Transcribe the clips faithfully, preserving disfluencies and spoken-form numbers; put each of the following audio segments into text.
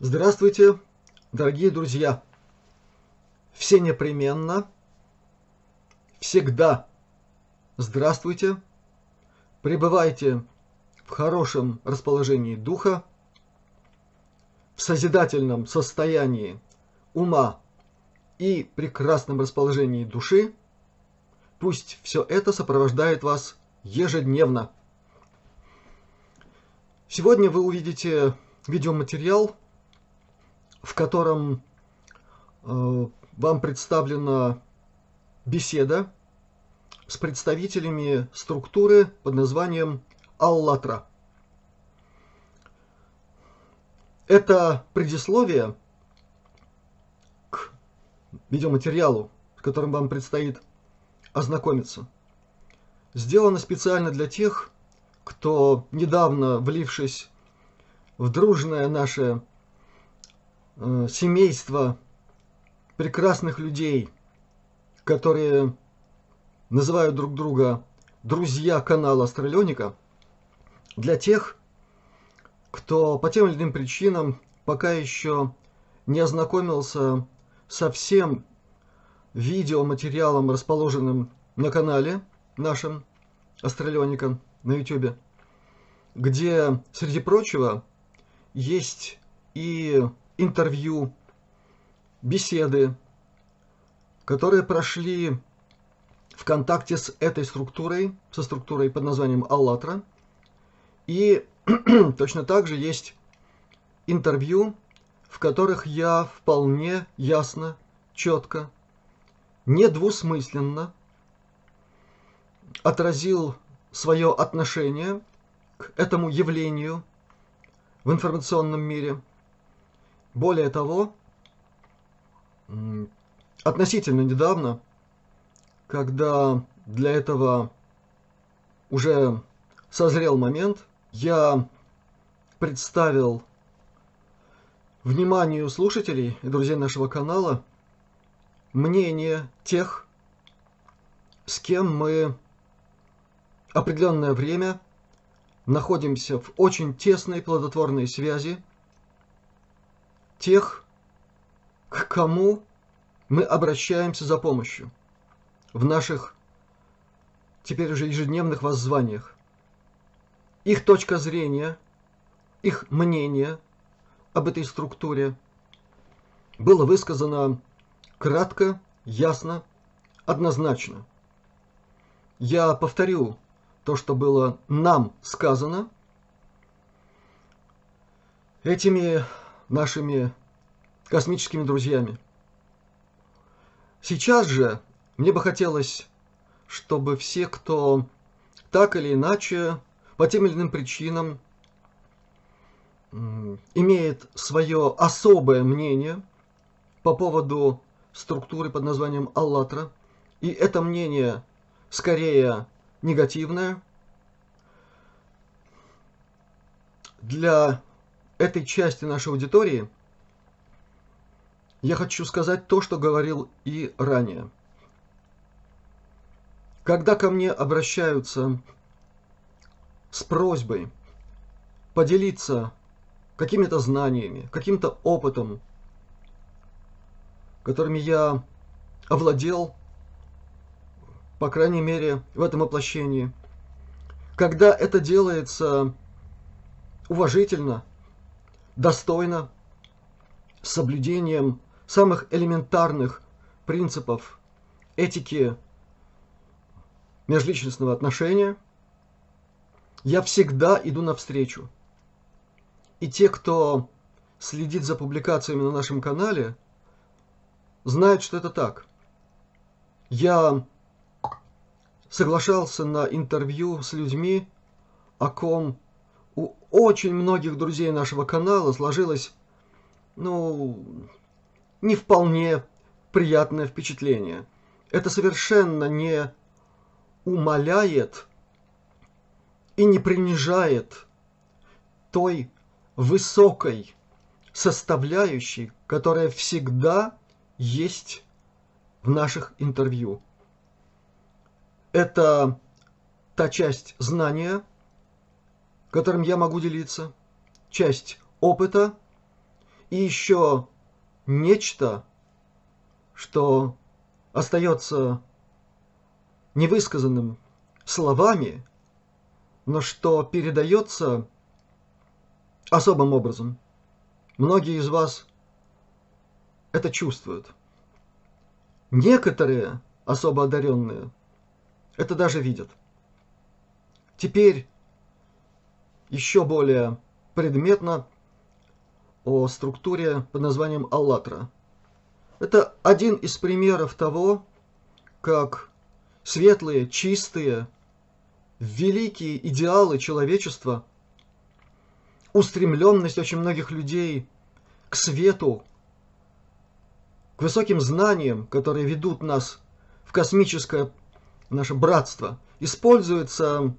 Здравствуйте, дорогие друзья! Все непременно, всегда здравствуйте, пребывайте в хорошем расположении духа, в созидательном состоянии ума и прекрасном расположении души. Пусть все это сопровождает вас ежедневно. Сегодня вы увидите видеоматериал, в котором э, вам представлена беседа с представителями структуры под названием «АЛЛАТРА». Это предисловие к видеоматериалу, с которым вам предстоит ознакомиться, сделано специально для тех, кто, недавно влившись в дружное наше э, семейство прекрасных людей, которые называют друг друга друзья канала Астралёника, для тех, кто по тем или иным причинам пока еще не ознакомился со всем видеоматериалом, расположенным на канале нашем Астралёника на ютубе, где, среди прочего, есть и интервью, беседы, которые прошли в контакте с этой структурой, со структурой под названием «АЛЛАТРА». И точно так же есть интервью, в которых я вполне ясно, четко, недвусмысленно отразил свое отношение к этому явлению в информационном мире. Более того, относительно недавно, когда для этого уже созрел момент, я представил вниманию слушателей и друзей нашего канала мнение тех, с кем мы определенное время находимся в очень тесной плодотворной связи, тех, к кому мы обращаемся за помощью в наших теперь уже ежедневных воззваниях. Их точка зрения, их мнение об этой структуре было высказано кратко, ясно, однозначно. Я повторю то, что было нам сказано этими нашими космическими друзьями. Сейчас же мне бы хотелось, чтобы все, кто так или иначе, по тем или иным причинам, имеет свое особое мнение по поводу структуры под названием «АЛЛАТРА», и это мнение скорее негативное, для этой части нашей аудитории я хочу сказать то, что говорил и ранее. Когда ко мне обращаются с просьбой поделиться какими-то знаниями, каким-то опытом, которыми я овладел, по крайней мере, в этом воплощении, когда это делается уважительно, достойно, с соблюдением самых элементарных принципов этики межличностного отношения, я всегда иду навстречу. И те, кто следит за публикациями на нашем канале, знают, что это так. Я соглашался на интервью с людьми, о ком у очень многих друзей нашего канала сложилось, ну, не вполне приятное впечатление. Это совершенно не умаляет и не принижает той высокой составляющей, которая всегда есть в наших интервью. Это та часть знания, которым я могу делиться, часть опыта И еще нечто, что остается невысказанным словами, но что передается особым образом. Многие из вас это чувствуют. Некоторые особо одаренные это даже видят. Теперь еще более предметно о структуре под названием «АЛЛАТРА». Это один из примеров того, как светлые, чистые, великие идеалы человечества, устремленность очень многих людей к свету, к высоким знаниям, которые ведут нас в космическое наше братство, используется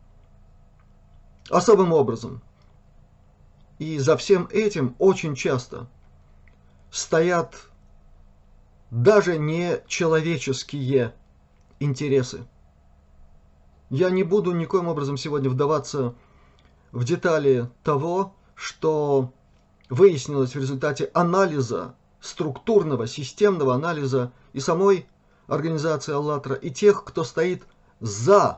особым образом. И за всем этим очень часто стоят даже не человеческие интересы. Я не буду никоим образом сегодня вдаваться в детали того, что выяснилось в результате анализа, структурного, системного анализа и самой организации «АЛЛАТРА», и тех, кто стоит за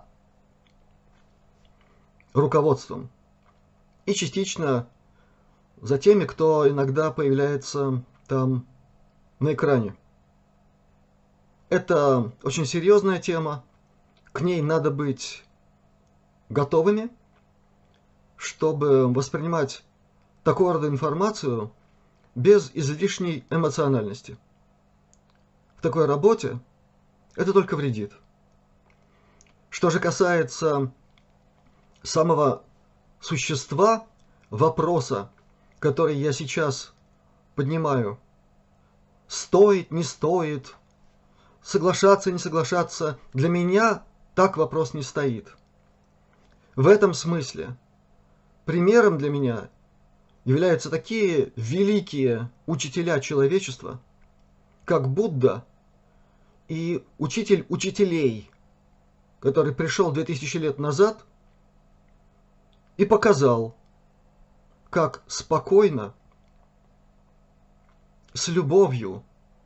руководством, и частично за теми, кто иногда появляется там на экране. Это очень серьезная тема, к ней надо быть готовыми, чтобы воспринимать такого рода информацию без излишней эмоциональности. В такой работе это только вредит. Что же касается самого существа вопроса, который я сейчас поднимаю, стоит, не стоит, соглашаться, не соглашаться, для меня так вопрос не стоит. В этом смысле примером для меня являются такие великие учителя человечества, как Будда и учитель учителей, который пришел две тысячи лет назад и показал, как спокойно, с любовью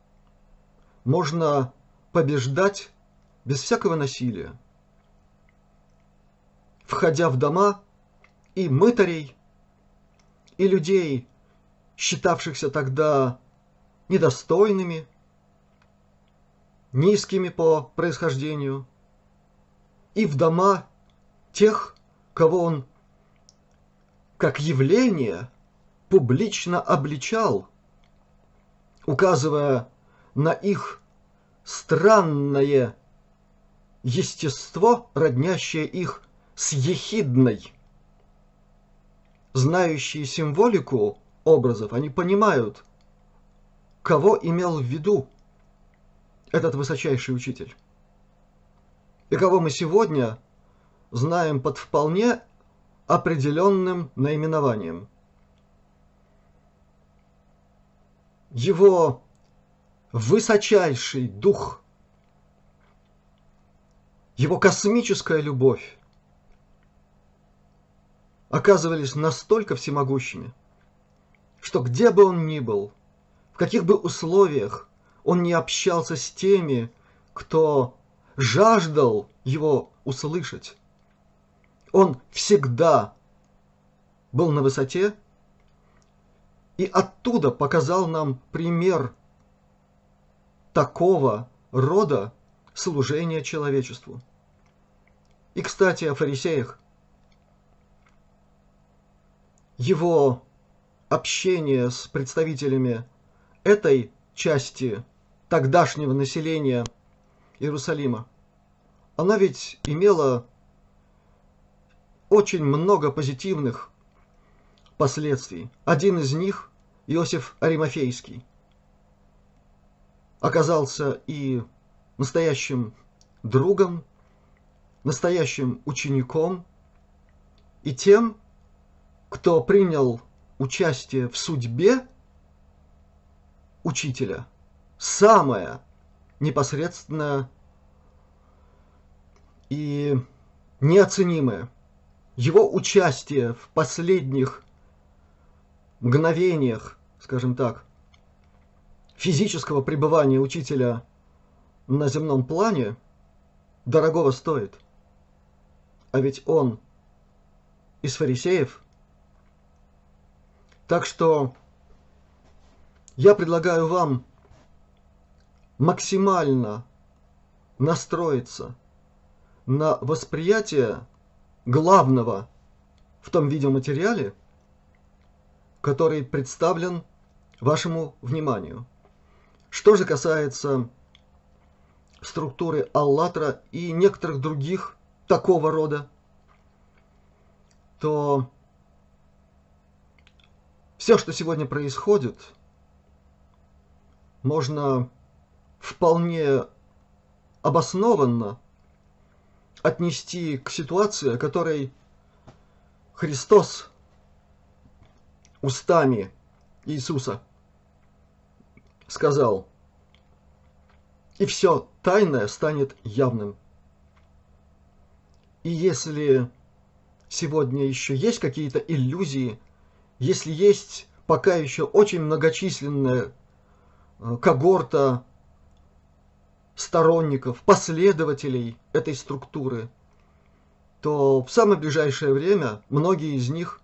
можно побеждать без всякого насилия, входя в дома и мытарей, и людей, считавшихся тогда недостойными, низкими по происхождению, и в дома тех, кого он как явление публично обличал, указывая на их странное естество, роднящее их с ехидной. Знающие символику образов, они понимают, кого имел в виду этот высочайший учитель, и кого мы сегодня знаем под вполне определенным наименованием. Его высочайший дух, его космическая любовь оказывались настолько всемогущими, что где бы он ни был, в каких бы условиях он не общался с теми, кто жаждал его услышать, он всегда был на высоте и оттуда показал нам пример такого рода служения человечеству. И, кстати, о фарисеях. Его общение с представителями этой части тогдашнего населения Иерусалима, оно ведь имело очень много позитивных последствий. Один из них, Иосиф Аримафейский, оказался и настоящим другом, настоящим учеником, и тем, кто принял участие в судьбе учителя, самое непосредственное и неоценимое. Его участие в последних мгновениях скажем так, физического пребывания учителя на земном плане дорогого стоит. А ведь он из фарисеев. Так что я предлагаю вам максимально настроиться на восприятие главного в том видеоматериале, который представлен вашему вниманию. Что же касается структуры «АЛЛАТРА» и некоторых других такого рода, то все, что сегодня происходит, можно вполне обоснованно отнести к ситуации, о которой Христос устами Иисуса сказал: «И все тайное станет явным». И если сегодня еще есть какие-то иллюзии, если есть пока еще очень многочисленная когорта сторонников, последователей этой структуры, то в самое ближайшее время многие из них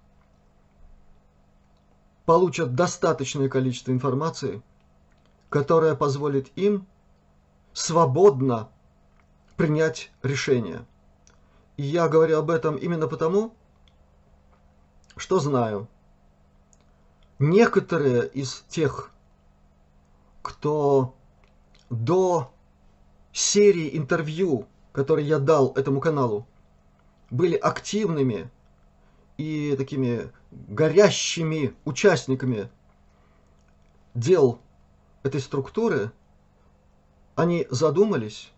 получат достаточное количество информации, которая позволит им свободно принять решение. И я говорю об этом именно потому, что знаю. Некоторые из тех, кто до серии интервью, которые я дал этому каналу, были активными и такими горящими участниками дел этой структуры, они задумались,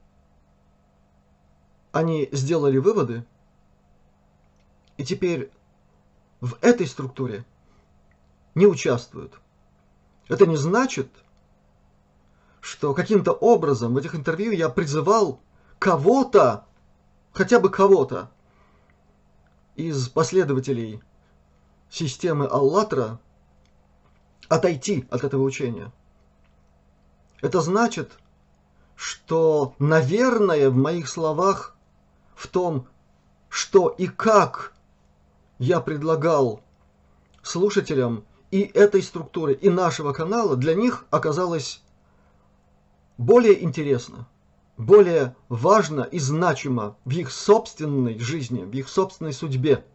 они сделали выводы, и теперь в этой структуре не участвуют. Это не значит, что каким-то образом в этих интервью я призывал кого-то, хотя бы кого-то из последователей системы «АЛЛАТРА» отойти от этого учения. Это значит, что, наверное, в моих словах, в том, что и как я предлагал слушателям и этой структуры, и нашего канала, для них оказалось более интересно, более важно и значимо в их собственной жизни, в их собственной судьбе.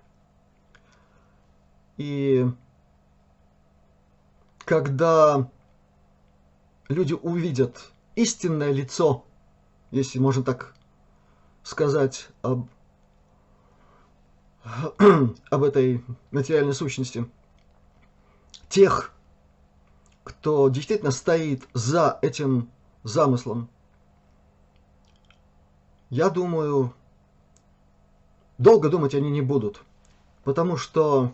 И когда люди увидят истинное лицо, если можно так сказать, об, об этой материальной сущности, тех, кто действительно стоит за этим замыслом, я думаю, долго думать они не будут, потому что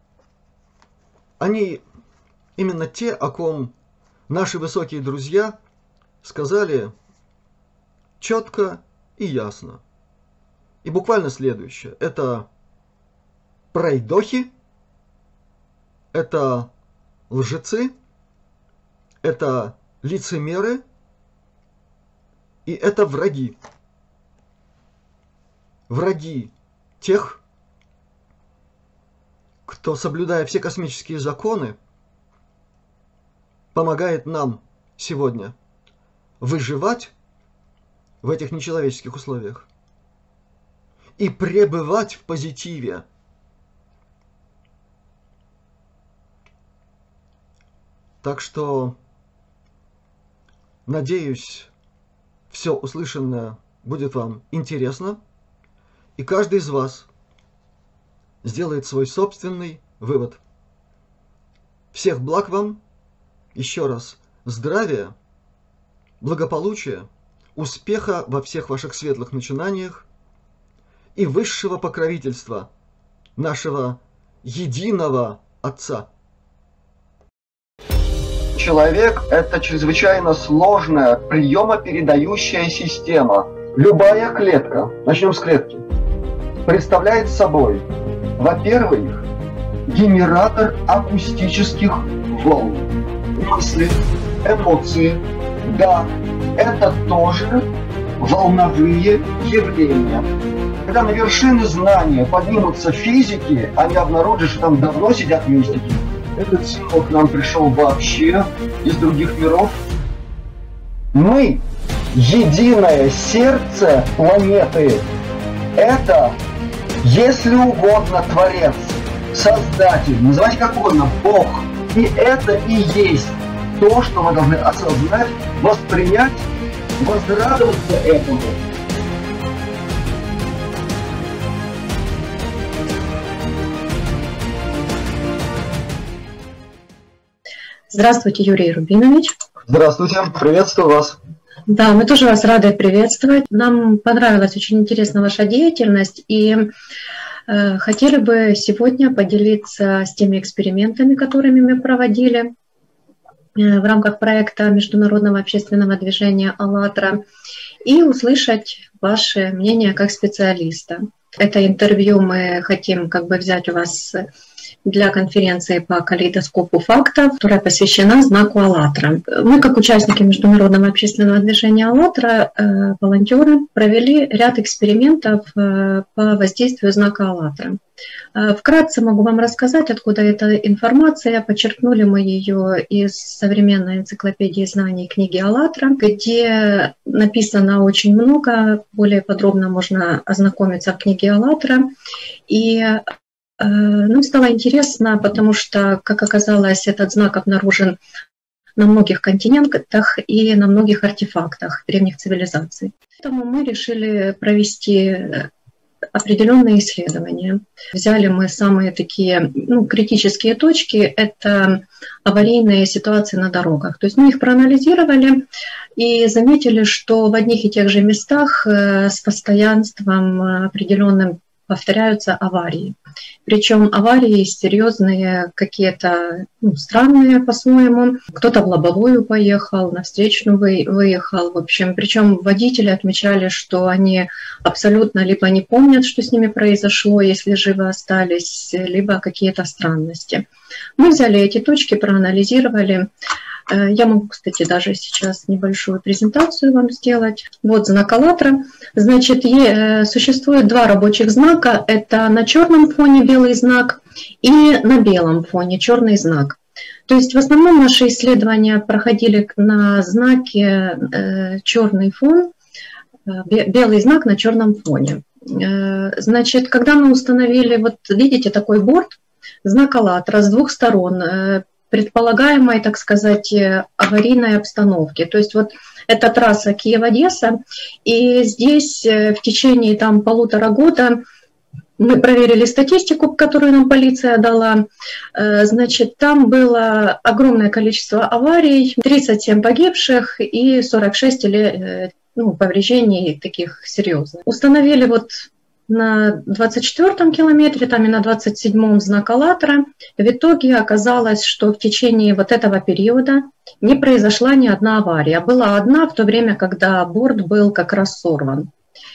они именно те, о ком наши высокие друзья сказали четко и ясно. И буквально следующее. Это пройдохи, это лжецы, это лицемеры и это враги. Враги тех, кто, соблюдая все космические законы, помогает нам сегодня выживать в этих нечеловеческих условиях и пребывать в позитиве. Так что, надеюсь, все услышанное будет вам интересно, и каждый из вас сделает свой собственный вывод. Всех благ вам, еще раз, здравия, благополучия, успеха во всех ваших светлых начинаниях и высшего покровительства нашего единого Отца. Человек – это чрезвычайно сложная приемопередающая система. Любая клетка, начнем с клетки, представляет собой, во-первых, генератор акустических волны. Мысли, эмоции, да, это тоже волновые явления. Когда на вершины знания поднимутся физики, они обнаружат, что там давно сидят мистики. Этот символ к нам пришел вообще из других миров. Мы — единое сердце планеты. Это, если угодно, Творец, Создатель, называйте как угодно, Бог. И это и есть то, что мы должны осознать, воспринять, возрадоваться этому. Здравствуйте, Юрий Рубинович. Здравствуйте, приветствую вас. Да, мы тоже вас рады приветствовать. Нам понравилась очень интересна ваша деятельность, и э, хотели бы сегодня поделиться с теми экспериментами, которыми мы проводили э, в рамках проекта Международного общественного движения «АЛЛАТРА» и услышать ваше мнение как специалиста. Это интервью мы хотим как бы взять у вас для конференции по калейдоскопу фактов, которая посвящена знаку «АЛЛАТРА». Мы, как участники Международного общественного движения «АЛЛАТРА», э, волонтеры, провели ряд экспериментов э, по воздействию знака «АЛЛАТРА». Э, вкратце могу вам рассказать, откуда эта информация. Подчеркнули мы ее из современной энциклопедии знаний книги «АЛЛАТРА», где написано очень много, более подробно можно ознакомиться в книге «АЛЛАТРА». И нам стало интересно, потому что, как оказалось, этот знак обнаружен на многих континентах и на многих артефактах древних цивилизаций. Поэтому мы решили провести определенные исследования. Взяли мы самые такие ну, критические точки, это аварийные ситуации на дорогах. То есть мы их проанализировали и заметили, что в одних и тех же местах с постоянством определенным повторяются аварии. Причем аварии серьезные, какие-то ну, странные по-своему. Кто-то в лобовую поехал, на встречную выехал. В общем, причем водители отмечали, что они абсолютно либо не помнят, что с ними произошло, если живы остались, либо какие-то странности. Мы взяли эти точки, проанализировали. Я могу, кстати, даже сейчас небольшую презентацию вам сделать. Вот знак «АЛЛАТРА». Значит, существует два рабочих знака. Это на черном фоне белый знак и на белом фоне черный знак. То есть в основном наши исследования проходили на знаке черный фон, белый знак на черном фоне. Значит, когда мы установили, вот видите, такой борт, знак «АЛЛАТРА» с двух сторон, предполагаемой, так сказать, аварийной обстановки. То есть вот это трасса Киев-Одесса, и здесь в течение там полутора года мы проверили статистику, которую нам полиция дала. Значит, там было огромное количество аварий, тридцать семь погибших и сорок шесть ну, повреждений таких серьезных. Установили вот на двадцать четвёртом километре, там и на двадцать седьмом знак «АЛЛАТРА». В итоге оказалось, что в течение вот этого периода не произошла ни одна авария. Была одна в то время, когда борт был как раз сорван.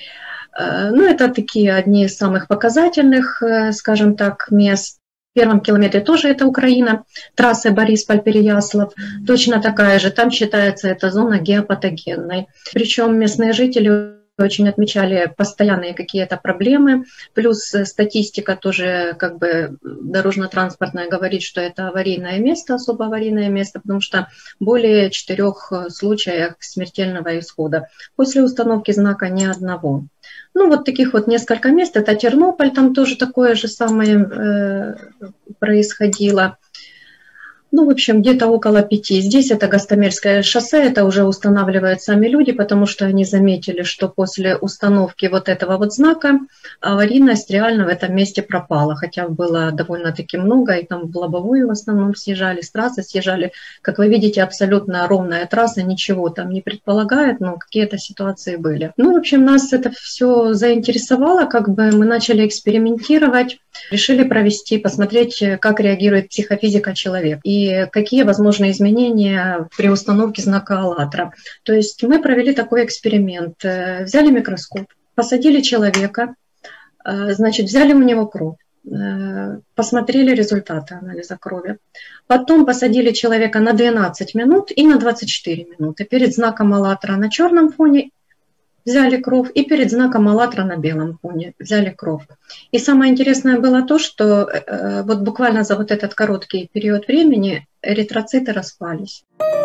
Ну, это такие одни из самых показательных, скажем так, мест. В первом километре тоже это Украина, трасса Борисполь-Переяслав, точно такая же. Там считается эта зона геопатогенной. Причем местные жители очень отмечали постоянные какие-то проблемы, плюс статистика тоже как бы дорожно-транспортная говорит, что это аварийное место, особо аварийное место, потому что более четырех случаев смертельного исхода. После установки знака ни одного. Ну вот таких вот несколько мест, это Тернополь, там тоже такое же самое э, происходило. Ну, в общем, где-то около пяти. Здесь это Гостомельское шоссе, это уже устанавливают сами люди, потому что они заметили, что после установки вот этого вот знака аварийность реально в этом месте пропала, хотя было довольно-таки много, и там в лобовую в основном съезжали, с трассы съезжали. Как вы видите, абсолютно ровная трасса, ничего там не предполагает, но какие-то ситуации были. Ну, в общем, нас это все заинтересовало, как бы мы начали экспериментировать, решили провести, посмотреть, как реагирует психофизика человека и какие возможны изменения при установке знака «АЛЛАТРА». То есть мы провели такой эксперимент. Взяли микроскоп, посадили человека, значит, взяли у него кровь посмотрели результаты анализа крови. Потом посадили человека на двенадцать минут и на двадцать четыре минуты. Перед знаком АЛЛАТРА на черном фоне взяли кровь, и перед знаком АЛЛАТРА на белом фоне взяли кровь. И самое интересное было то, что э, вот буквально за вот этот короткий период времени эритроциты распались.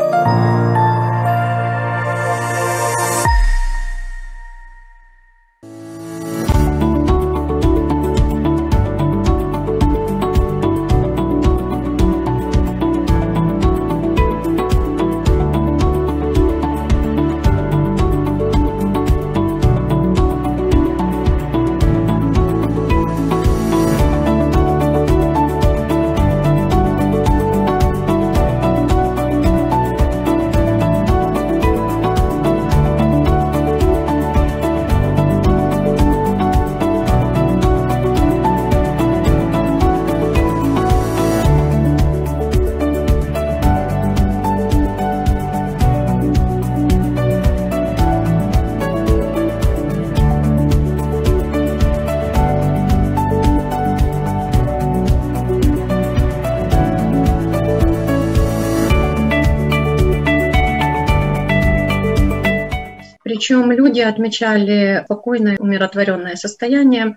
Причем люди отмечали спокойное, умиротворенное состояние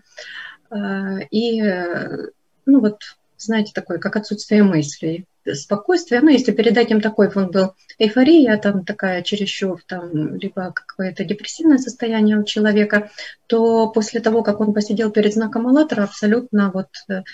и, ну вот, знаете, такое, как отсутствие мыслей, спокойствие. Ну, если перед этим такой фон был эйфория, там такая чересчур, там, либо какое-то депрессивное состояние у человека, то после того, как он посидел перед знаком АЛЛАТРА, абсолютно вот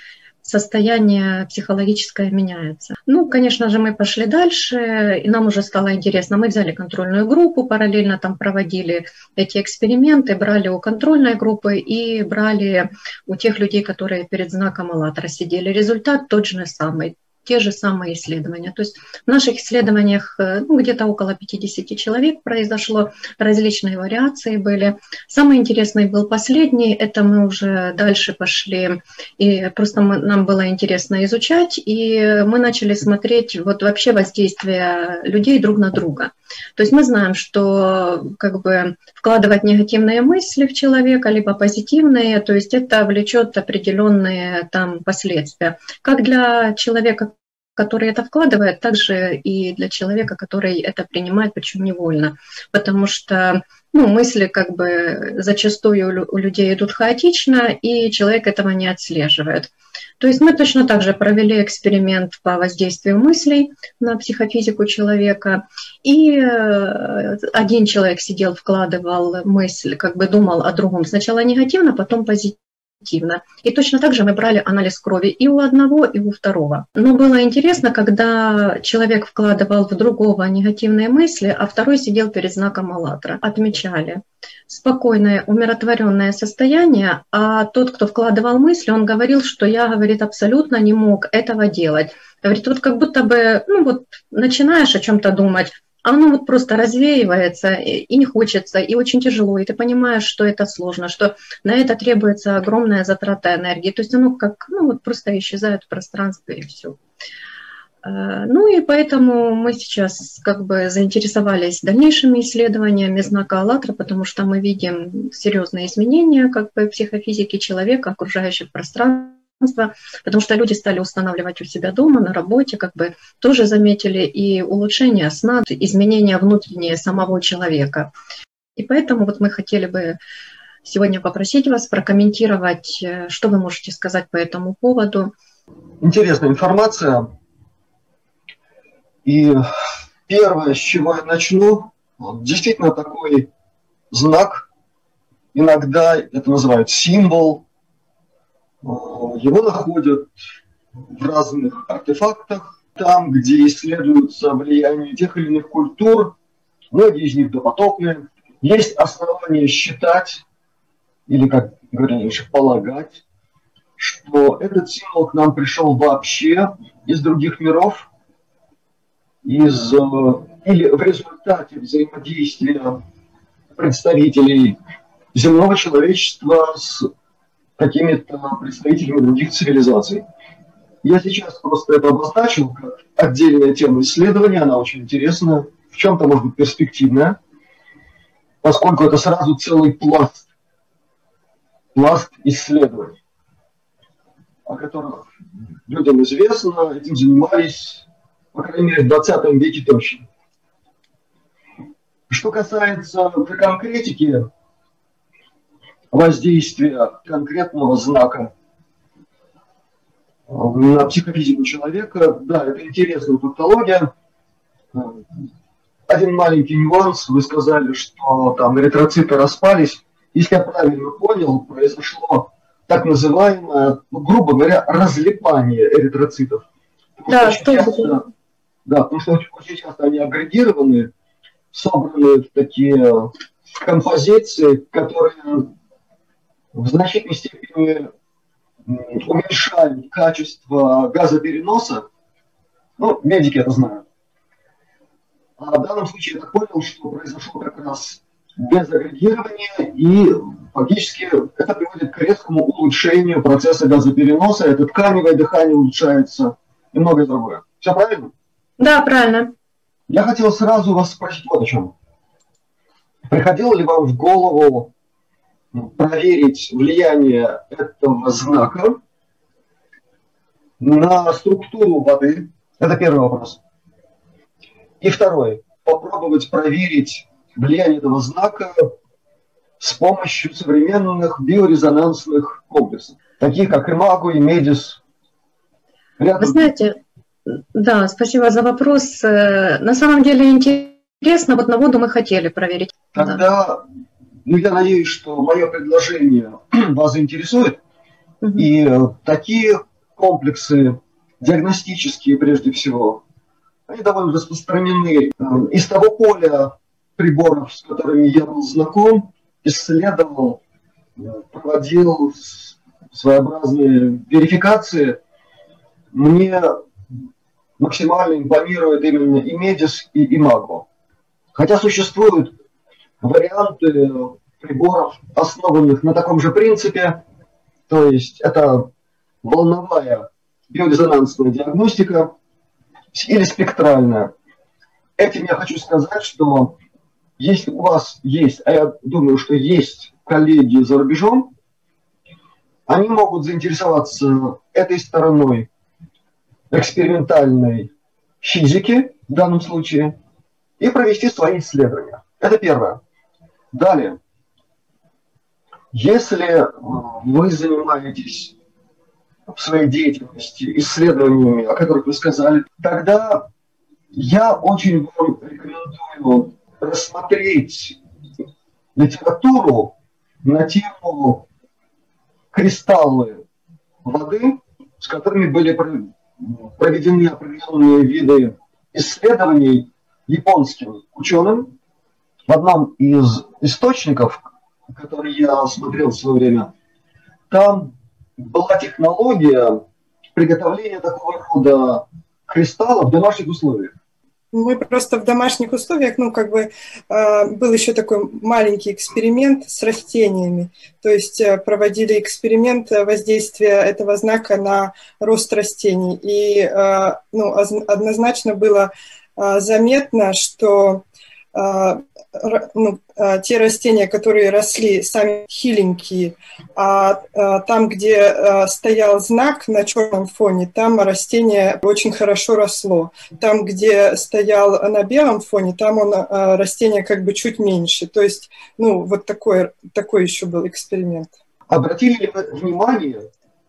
состояние психологическое меняется. Ну, конечно же, мы пошли дальше, и нам уже стало интересно. Мы взяли контрольную группу, параллельно там проводили эти эксперименты, брали у контрольной группы и брали у тех людей, которые перед знаком АЛЛАТРА сидели. Результат тот же самый. Те же самые исследования. То есть в наших исследованиях ну, где-то около пятидесяти человек произошло, различные вариации были. Самый интересный был последний, это мы уже дальше пошли, и просто мы, нам было интересно изучать, и мы начали смотреть вот вообще воздействие людей друг на друга. То есть мы знаем, что как бы вкладывать негативные мысли в человека, либо позитивные, то есть это влечет определенные там последствия. Как для человека, который это вкладывает, также и для человека, который это принимает, причем невольно. Потому что ну, мысли как бы зачастую у людей идут хаотично, и человек этого не отслеживает. То есть мы точно так же провели эксперимент по воздействию мыслей на психофизику человека, и один человек сидел, вкладывал мысль, как бы думал о другом сначала негативно, потом позитивно. И точно так же мы брали анализ крови и у одного, и у второго. Но было интересно, когда человек вкладывал в другого негативные мысли, а второй сидел перед знаком АЛЛАТРА. Отмечали спокойное, умиротворенное состояние, а тот, кто вкладывал мысли, он говорил, что я, говорит, абсолютно не мог этого делать. Говорит, вот как будто бы, ну вот, начинаешь о чем-то думать, а оно вот просто развеивается, и не хочется, и очень тяжело, и ты понимаешь, что это сложно, что на это требуется огромная затрата энергии. То есть оно как, ну вот просто исчезает в пространстве, и все. Ну и поэтому мы сейчас как бы заинтересовались дальнейшими исследованиями знака АЛЛАТРА, потому что мы видим серьезные изменения как бы психофизики человека, окружающих пространств. Потому что люди стали устанавливать у себя дома, на работе, как бы тоже заметили и улучшение сна, изменения внутренние самого человека. И поэтому вот мы хотели бы сегодня попросить вас прокомментировать, что вы можете сказать по этому поводу. Интересная информация. И первое, с чего я начну, действительно такой знак, иногда это называют символ. Его находят в разных артефактах, там, где исследуются влияние тех или иных культур, многие из них допотопные. Есть основания считать, или, как говорят раньше, полагать, что этот символ к нам пришел вообще из других миров, из, или в результате взаимодействия представителей земного человечества с какими-то представителями других цивилизаций. Я сейчас просто это обозначил как отдельная тема исследования, она очень интересная, в чем-то может быть перспективная, поскольку это сразу целый пласт, пласт исследований. о которых людям известно, этим занимались, по крайней мере, в двадцатом веке точно. Что касается уже конкретики воздействия конкретного знака на психофизику человека, да, это интересная фактология. Один маленький нюанс. Вы сказали, что там эритроциты распались. Если я правильно понял, произошло так называемое, ну, грубо говоря, разлипание эритроцитов. Да, что часто, да, потому что очень часто они агрегированы, собраны в такие композиции, которые в значительной степени уменьшают качество газопереноса. Ну, медики это знают. А в данном случае я так понял, что произошло как раз без агрегирования, и фактически это приводит к резкому улучшению процесса газопереноса, это тканевое дыхание улучшается и многое другое. Все правильно? Да, правильно. Я хотел сразу вас спросить вот о чем. Приходило ли вам в голову проверить влияние этого знака на структуру воды? Это первый вопрос. И второй. Попробовать проверить влияние этого знака с помощью современных биорезонансных комплексов, таких как Имаго и Медис. Вы знаете, да, спасибо за вопрос. На самом деле интересно, вот на воду мы хотели проверить. Тогда, да. ну, я надеюсь, что мое предложение вас заинтересует. Угу. И такие комплексы, диагностические прежде всего, они довольно распространены. Из того поля приборов, с которыми я был знаком, исследовал, проводил своеобразные верификации, мне максимально импонирует именно и Медис, и Имаго. Хотя существуют варианты приборов, основанных на таком же принципе, то есть это волновая биорезонансная диагностика или спектральная. Этим я хочу сказать, что если у вас есть, а я думаю, что есть коллеги за рубежом, они могут заинтересоваться этой стороной экспериментальной физики в данном случае и провести свои исследования. Это первое. Далее. Если вы занимаетесь в своей деятельности исследованиями, о которых вы сказали, тогда я очень вам рекомендую рассмотреть литературу на тему кристаллы воды, с которыми были проведены определенные виды исследований японским ученым. В одном из источников, который я смотрел в свое время, там была технология приготовления такого рода кристаллов в домашних условиях. Мы просто в домашних условиях, ну, как бы, был еще такой маленький эксперимент с растениями. То есть проводили эксперимент воздействия этого знака на рост растений. И, ну, однозначно было заметно, что ну, те растения, которые росли сами хиленькие, а, а там, где а, стоял знак на черном фоне, там растение очень хорошо росло. Там, где стоял на белом фоне, там он, а, растение как бы чуть меньше. То есть, ну, вот такой, такой еще был эксперимент. Обратили ли вы внимание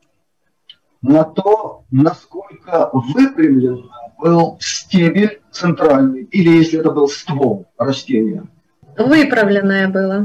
на то, насколько выпрямлен был стебель центральный, или если это был ствол растения? Выправленное было.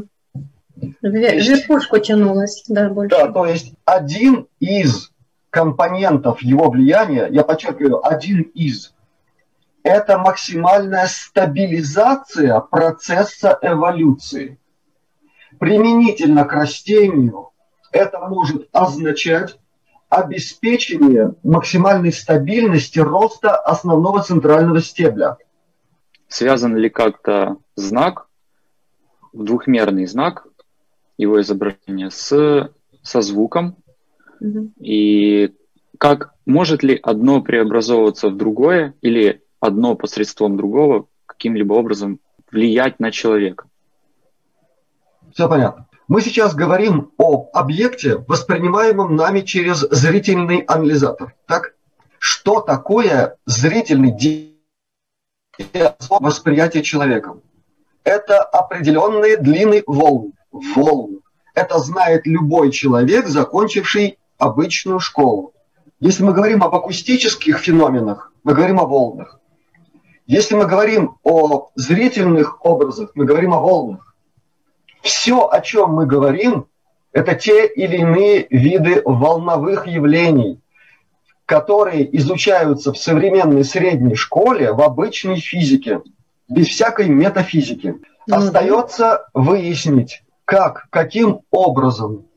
Верхушку тянулось, да, больше. Да, то есть один из компонентов его влияния, я подчеркиваю, один из, это максимальная стабилизация процесса эволюции. Применительно к растению это может означать обеспечение максимальной стабильности роста основного центрального стебля. Связан ли как-то знак, двухмерный знак, его изображение, с, со звуком? Mm-hmm. И как, может ли одно преобразовываться в другое, или одно посредством другого каким-либо образом влиять на человека? Все понятно. Мы сейчас говорим об объекте, воспринимаемом нами через зрительный анализатор. Так? Что такое зрительный диапазон восприятия человеком? Это определенные длины волн. волн. Это знает любой человек, закончивший обычную школу. Если мы говорим об акустических феноменах, мы говорим о волнах. Если мы говорим о зрительных образах, мы говорим о волнах. Все, о чем мы говорим, это те или иные виды волновых явлений, которые изучаются в современной средней школе, в обычной физике, без всякой метафизики. Ну, остается выяснить, как, каким образом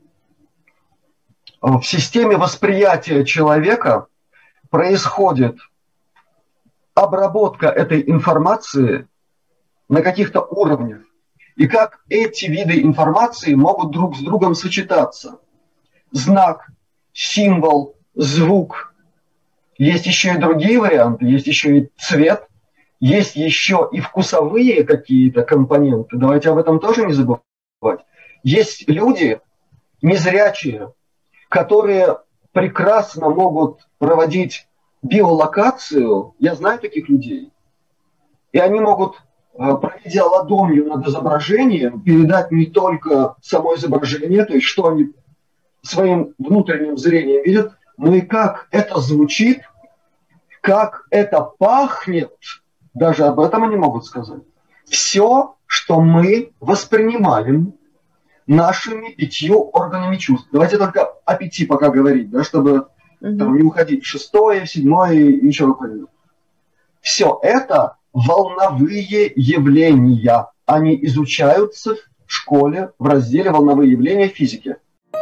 в системе восприятия человека происходит обработка этой информации на каких-то уровнях, и как эти виды информации могут друг с другом сочетаться. Знак, символ, звук. Есть еще и другие варианты, есть еще и цвет, есть еще и вкусовые какие-то компоненты. Давайте об этом тоже не забывать. Есть люди незрячие, которые прекрасно могут проводить биолокацию. Я знаю таких людей. И они могут, проведя ладонью над изображением, передать не только само изображение, то есть что они своим внутренним зрением видят, но и как это звучит, как это пахнет, даже об этом они могут сказать. Все, что мы воспринимаем нашими пятью органами чувств. Давайте только о пяти пока говорить, да, чтобы угу. там, не уходить в шестое, в седьмое и ничего такого. Все это волновые явления. Они изучаются в школе в разделе «Волновые явления физики».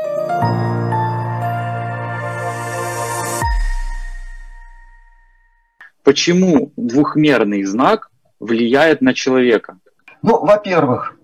Почему двухмерный знак влияет на человека? Ну, во-первых,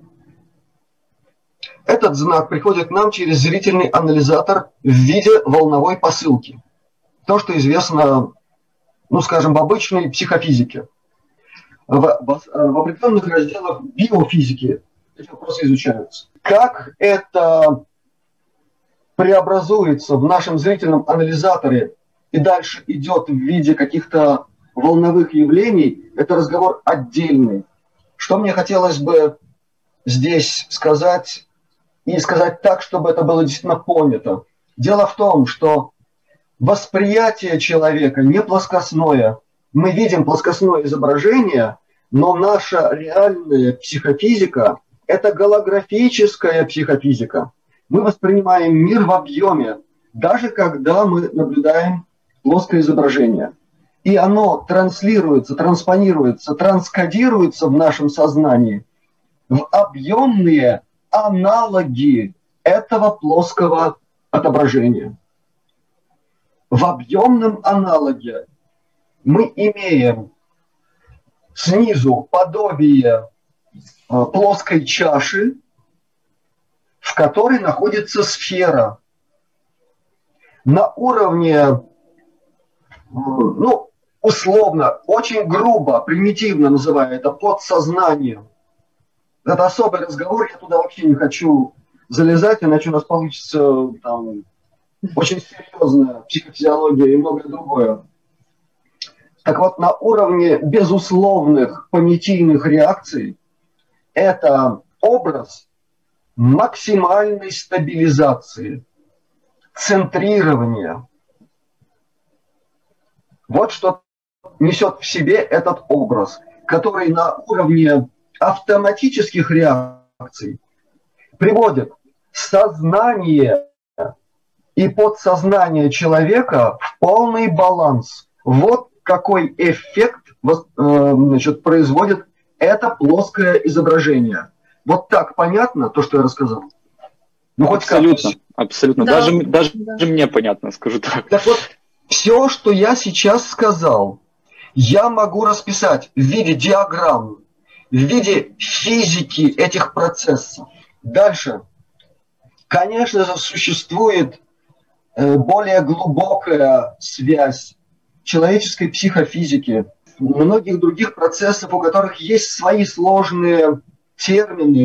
этот знак приходит к нам через зрительный анализатор в виде волновой посылки. То, что известно, ну, скажем, в обычной психофизике. В, в, в определенных разделах биофизики эти вопросы изучаются. Как это преобразуется в нашем зрительном анализаторе и дальше идет в виде каких-то волновых явлений, это разговор отдельный. Что мне хотелось бы здесь сказать, и сказать так, чтобы это было действительно понято. Дело в том, что восприятие человека не плоскостное. Мы видим плоскостное изображение, но наша реальная психофизика – это голографическая психофизика. Мы воспринимаем мир в объеме, даже когда мы наблюдаем плоское изображение. И оно транслируется, транспонируется, транскодируется в нашем сознании в объемные аналоги этого плоского отображения. В объемном аналоге мы имеем снизу подобие плоской чаши, в которой находится сфера. На уровне, ну, условно, очень грубо, примитивно называю это подсознанием. Это особый разговор, я туда вообще не хочу залезать, иначе у нас получится там очень серьезная психофизиология и многое другое. Так вот, на уровне безусловных понятийных реакций это образ максимальной стабилизации, центрирования. Вот что несет в себе этот образ, который на уровне автоматических реакций приводит сознание и подсознание человека в полный баланс. Вот какой эффект, значит, производит это плоское изображение. Вот так понятно то, что я рассказал? Ну, хоть абсолютно, абсолютно. Да, даже, даже, да. даже мне понятно, скажу так. Так вот, все, что я сейчас сказал, я могу расписать в виде диаграмм, в виде физики этих процессов. Дальше. Конечно же, существует более глубокая связь человеческой психофизики, многих других процессов, у которых есть свои сложные термины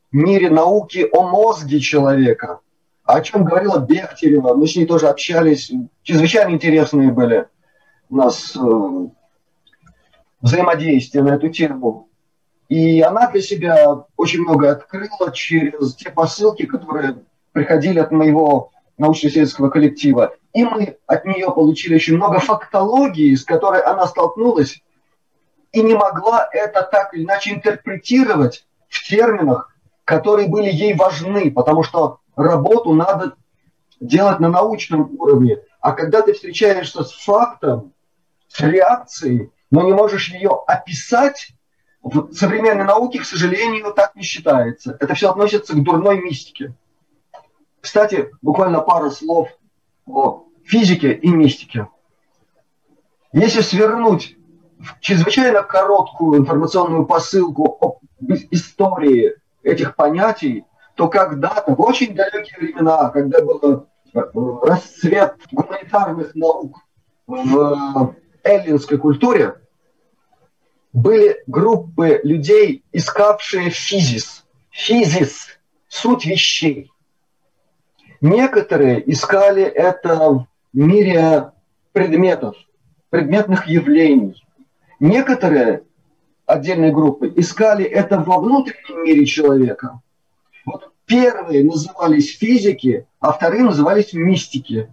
мире науки о мозге человека, о чем говорила Бехтерева. Мы с ней тоже общались, чрезвычайно интересные были у нас э, взаимодействия на эту тему. И она для себя очень много открыла через те посылки, которые приходили от моего научно-исследовательского коллектива. И мы от нее получили очень много фактологии, с которой она столкнулась и не могла это так или иначе интерпретировать в терминах, которые были ей важны, потому что работу надо делать на научном уровне. А когда ты встречаешься с фактом, с реакцией, но не можешь ее описать, в современной науке, к сожалению, так не считается. Это все относится к дурной мистике. Кстати, буквально пара слов о физике и мистике. Если свернуть в чрезвычайно короткую информационную посылку об истории этих понятий, то когда-то, в очень далекие времена, когда был расцвет гуманитарных наук в эллинской культуре, были группы людей, искавшие физис. Физис – суть вещей. Некоторые искали это в мире предметов, предметных явлений. Некоторые отдельные группы искали это во внутреннем мире человека. Вот первые назывались физики, а вторые назывались мистики.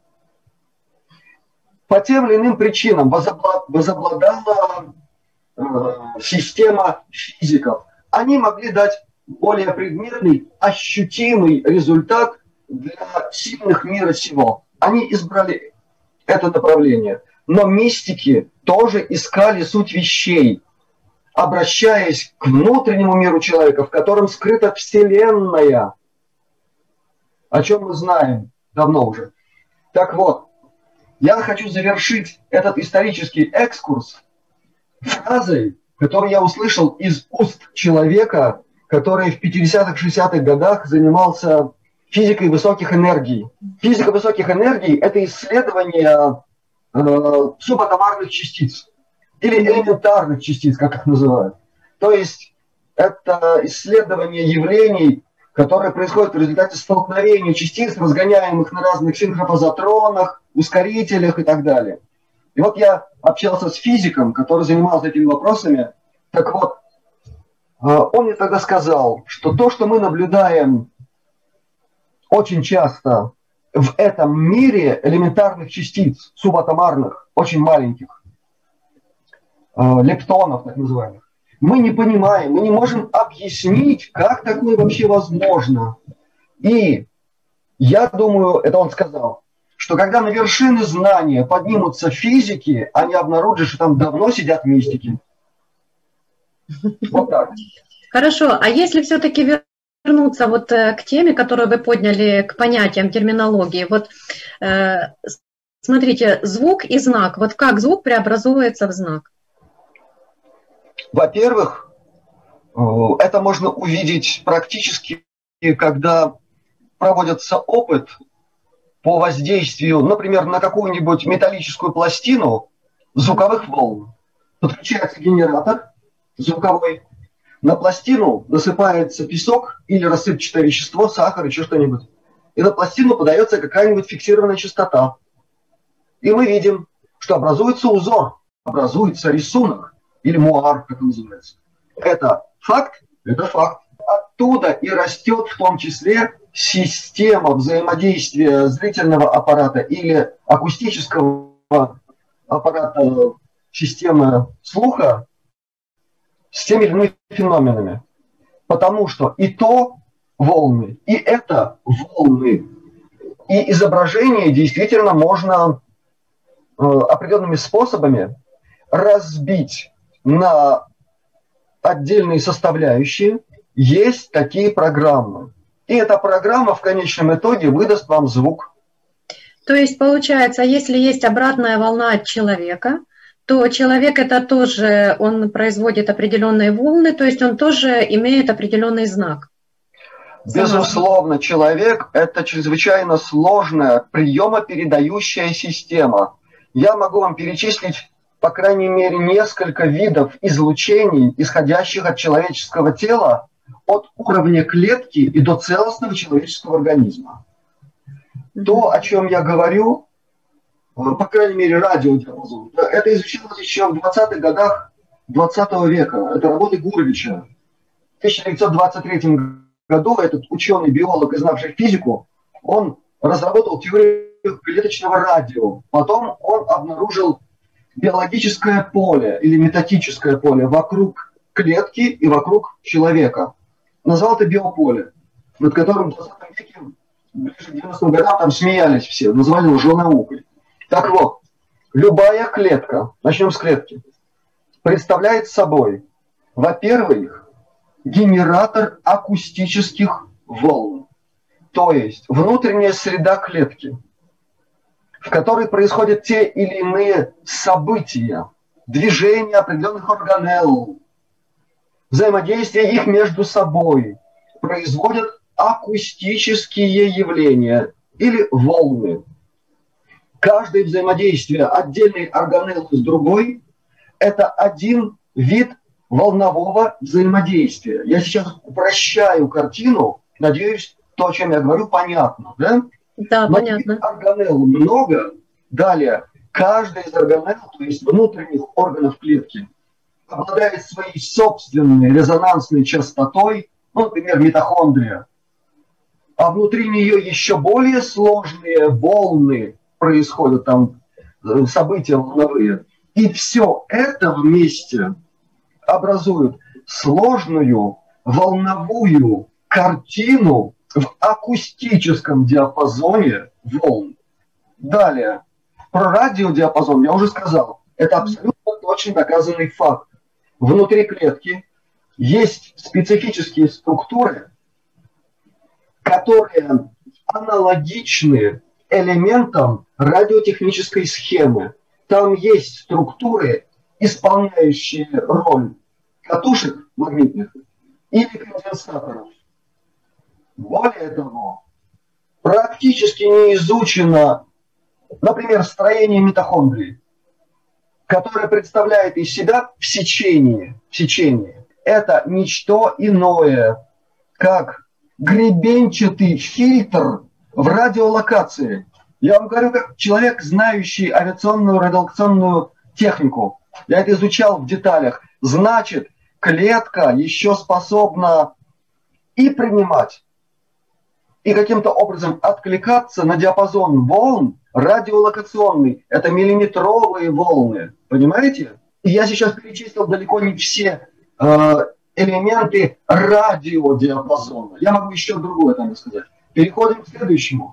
По тем или иным причинам возобладала э, система физиков. Они могли дать более предметный, ощутимый результат для сильных мира сего. Они избрали это направление. Но мистики тоже искали суть вещей, обращаясь к внутреннему миру человека, в котором скрыта Вселенная, о чем мы знаем давно уже. Так вот, я хочу завершить этот исторический экскурс фразой, которую я услышал из уст человека, который в пятидесятых-шестидесятых годах занимался физикой высоких энергий. Физика высоких энергий – это исследование э, субатомарных частиц или элементарных частиц, как их называют. То есть это исследование явлений, которые происходят в результате столкновения частиц, разгоняемых на разных синхропозотронах, ускорителях и так далее. И вот я общался с физиком, который занимался этими вопросами. Так вот, он мне тогда сказал, что то, что мы наблюдаем очень часто в этом мире элементарных частиц, субатомарных, очень маленьких, лептонов так называемых, мы не понимаем, мы не можем объяснить, как такое вообще возможно. И я думаю, это он сказал, что когда на вершины знания поднимутся физики, они обнаружат, что там давно сидят мистики. Вот так. Хорошо, а если все-таки вернуться вот к теме, которую вы подняли, к понятиям терминологии, вот э, смотрите, звук и знак, вот как звук преобразуется в знак? Во-первых, это можно увидеть практически, когда проводится опыт по воздействию, например, на какую-нибудь металлическую пластину звуковых волн. Подключается генератор звуковой, на пластину насыпается песок или рассыпчатое вещество, сахар, еще что-нибудь. И на пластину подается какая-нибудь фиксированная частота. И мы видим, что образуется узор, образуется рисунок, или муар, как он называется. Это факт? Это факт. Оттуда и растет в том числе система взаимодействия зрительного аппарата или акустического аппарата системы слуха с теми или иными феноменами. Потому что и то волны, и это волны. И изображение действительно можно э, определенными способами разбить на отдельные составляющие. Есть такие программы. И эта программа в конечном итоге выдаст вам звук. То есть, получается, если есть обратная волна от человека, то человек это тоже, он производит определенные волны, то есть он тоже имеет определенный знак. Безусловно, человек – это чрезвычайно сложная приемопередающая система. Я могу вам перечислить, по крайней мере, несколько видов излучений, исходящих от человеческого тела, от уровня клетки и до целостного человеческого организма. То, о чем я говорю, по крайней мере, радиодиапазон, это изучалось еще в двадцатых годах двадцатого века. Это работы Гуревича. В тысяча девятьсот двадцать третьем году этот ученый, биолог и знавший физику, он разработал теорию клеточного радио. Потом он обнаружил биологическое поле или метатическое поле вокруг клетки и вокруг человека. Назвал это биополе, над которым в двадцатом веке, ближе к девяностым годам, там смеялись все, называли лженаукой. Так вот, любая клетка, начнем с клетки, представляет собой, во-первых, генератор акустических волн, то есть внутренняя среда клетки, в которой происходят те или иные события, движения определенных органелл, взаимодействие их между собой, производят акустические явления или волны. Каждое взаимодействие отдельной органеллы с другой – это один вид волнового взаимодействия. Я сейчас упрощаю картину, надеюсь, то, о чем я говорю, понятно, да? Да, но понятно. Органелл много. Далее, каждая из органелл, то есть внутренних органов клетки, обладает своей собственной резонансной частотой, ну, например, митохондрия. А внутри нее еще более сложные волны происходят, там события волновые. И все это вместе образует сложную волновую картину в акустическом диапазоне волн. Далее, про радиодиапазон я уже сказал. Это абсолютно точно доказанный факт. Внутри клетки есть специфические структуры, которые аналогичны элементам радиотехнической схемы. Там есть структуры, исполняющие роль катушек магнитных или конденсаторов. Более того, практически не изучено, например, строение митохондрии, которое представляет из себя в сечении. В сечении. Это ничто иное, как гребенчатый фильтр в радиолокации. Я вам говорю, как человек, знающий авиационную радиолокационную технику. Я это изучал в деталях. Значит, клетка еще способна и принимать, и каким-то образом откликаться на диапазон волн радиолокационный. Это миллиметровые волны. Понимаете? И я сейчас перечислил далеко не все э, элементы радиодиапазона. Я могу еще другое там сказать. Переходим к следующему.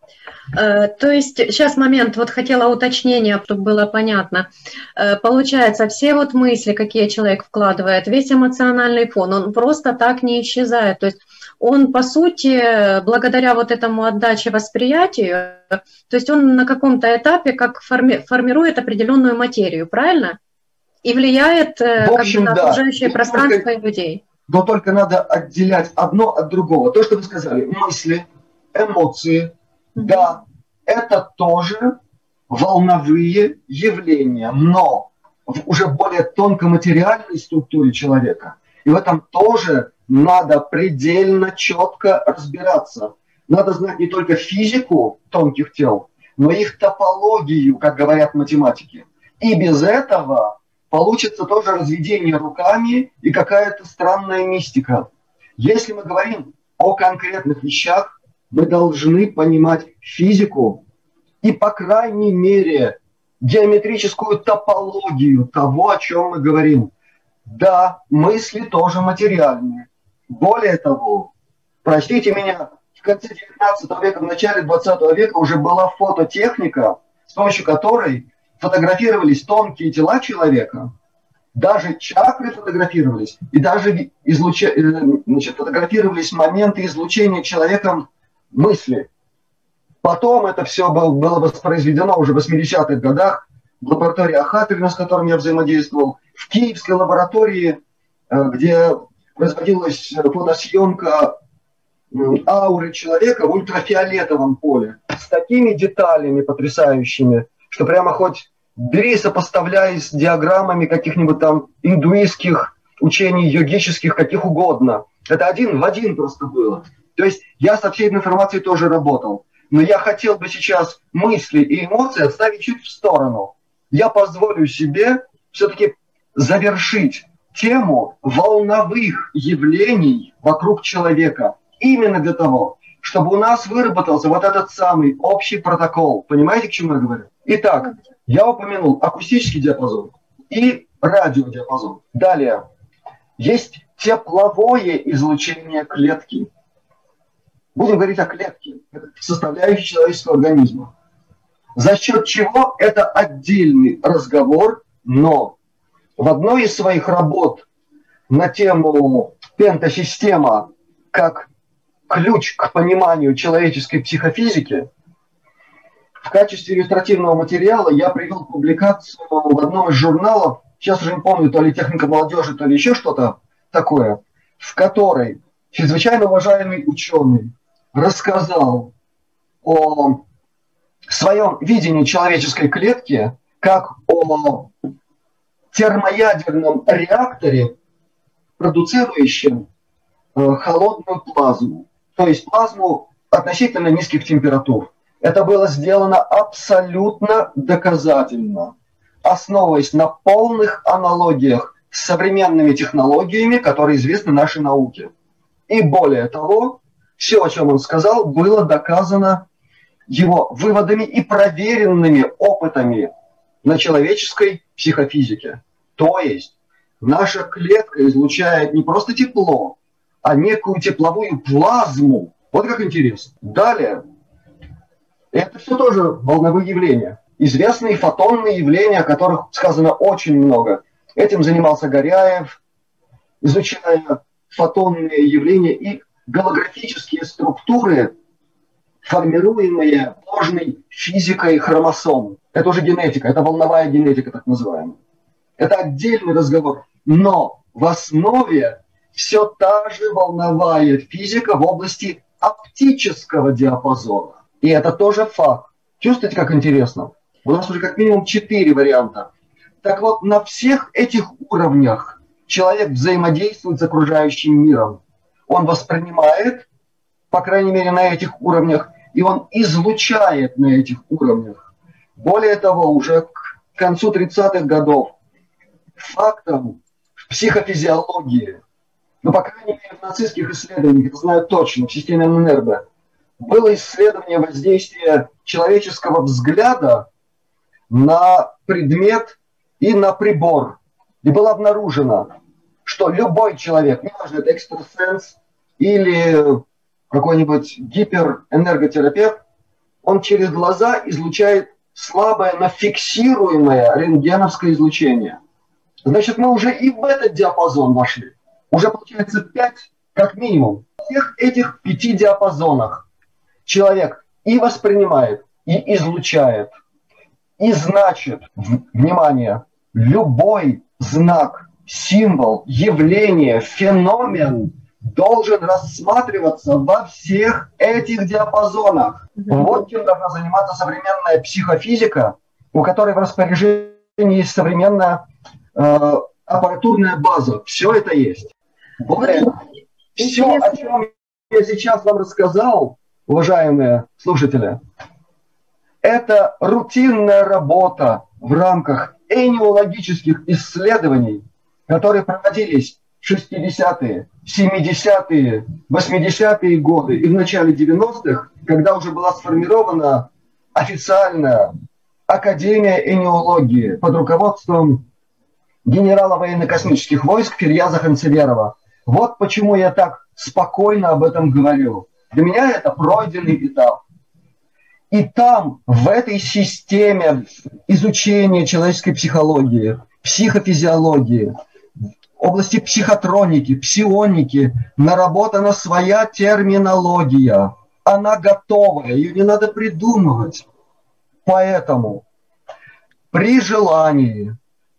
То есть, сейчас момент, вот хотела уточнения, чтобы было понятно. Получается, все вот мысли, какие человек вкладывает, весь эмоциональный фон, он просто так не исчезает. То есть он, по сути, благодаря вот этому отдаче восприятию, то есть он на каком-то этапе как форми, формирует определенную материю, правильно? И влияет в общем, как бы, на да. окружающее пространство только, и людей. Но только надо отделять одно от другого. То, что вы сказали, мысли, эмоции, да, это тоже волновые явления, но в уже более тонкоматериальной структуре человека. И в этом тоже надо предельно четко разбираться. Надо знать не только физику тонких тел, но и их топологию, как говорят математики. И без этого получится тоже разведение руками и какая-то странная мистика. Если мы говорим о конкретных вещах, мы должны понимать физику и, по крайней мере, геометрическую топологию того, о чем мы говорим. Да, мысли тоже материальные. Более того, простите меня, в конце девятнадцатого века, в начале двадцатого века уже была фототехника, с помощью которой фотографировались тонкие тела человека, даже чакры фотографировались, и даже излуча... Значит, фотографировались моменты излучения человеком мысли. Потом это все было, было воспроизведено уже в восьмидесятых годах в лаборатории Ахатырина, с которым я взаимодействовал, в киевской лаборатории, где производилась фотосъемка ауры человека в ультрафиолетовом поле с такими деталями потрясающими, что прямо хоть бери, сопоставляй с диаграммами каких-нибудь там индуистских учений, йогических, каких угодно. Это один в один просто было. То есть я со всей информацией тоже работал. Но я хотел бы сейчас мысли и эмоции отставить чуть в сторону. Я позволю себе все-таки завершить тему волновых явлений вокруг человека. Именно для того, чтобы у нас выработался вот этот самый общий протокол. Понимаете, к чему я говорю? Итак, я упомянул акустический диапазон и радиодиапазон. Далее, есть тепловое излучение клетки. Будем говорить о клетке, составляющей человеческого организма. За счет чего это отдельный разговор, но в одной из своих работ на тему пентасистема как ключ к пониманию человеческой психофизики в качестве иллюстративного материала я привел публикацию в одном из журналов, сейчас уже не помню, то ли техника молодежи, то ли еще что-то такое, в которой чрезвычайно уважаемый ученый рассказал о своем видении человеческой клетки как о термоядерном реакторе, продуцирующем э, холодную плазму, то есть плазму относительно низких температур. Это было сделано абсолютно доказательно, основываясь на полных аналогиях с современными технологиями, которые известны нашей науке. И более того, все, о чем он сказал, было доказано его выводами и проверенными опытами на человеческой психофизике. То есть наша клетка излучает не просто тепло, а некую тепловую плазму. Вот как интересно. Далее, это все тоже волновые явления. Известные фотонные явления, о которых сказано очень много. Этим занимался Горяев, изучая фотонные явления и голографические структуры, формируемые сложной физикой хромосом. Это уже генетика, это волновая генетика, так называемая. Это отдельный разговор. Но в основе все та же волновая физика в области оптического диапазона. И это тоже факт. Чувствуете, как интересно? У нас уже как минимум четыре варианта. Так вот, на всех этих уровнях человек взаимодействует с окружающим миром. Он воспринимает, по крайней мере, на этих уровнях, и он излучает на этих уровнях. Более того, уже к концу тридцатых годов фактом в психофизиологии, ну, по крайней мере, в нацистских исследованиях, это знаю точно, в системе Нербе, было исследование воздействия человеческого взгляда на предмет и на прибор. И было обнаружено, что любой человек, неважно, это экстрасенс или какой-нибудь гиперэнерготерапевт, он через глаза излучает слабое, но фиксируемое рентгеновское излучение. Значит, мы уже и в этот диапазон вошли. Уже получается пять, как минимум. В всех этих пяти диапазонах человек и воспринимает, и излучает. И значит, внимание, любой знак, символ, явление, феномен должен рассматриваться во всех этих диапазонах. Вот чем должна заниматься современная психофизика, у которой в распоряжении есть современная э, аппаратурная база. Все это есть. Более, все, о чем я сейчас вам рассказал, уважаемые слушатели, это рутинная работа в рамках энеологических исследований, которые проводились в шестидесятые, семидесятые, восьмидесятые годы и в начале девяностых, когда уже была сформирована официальная Академия энеологии под руководством генерала военно-космических войск Фирьяза Ханцеверова. Вот почему я так спокойно об этом говорю. Для меня это пройденный этап. И там, в этой системе изучения человеческой психологии, психофизиологии, области психотроники, псионики, наработана своя терминология. Она готовая, ее не надо придумывать. Поэтому при желании,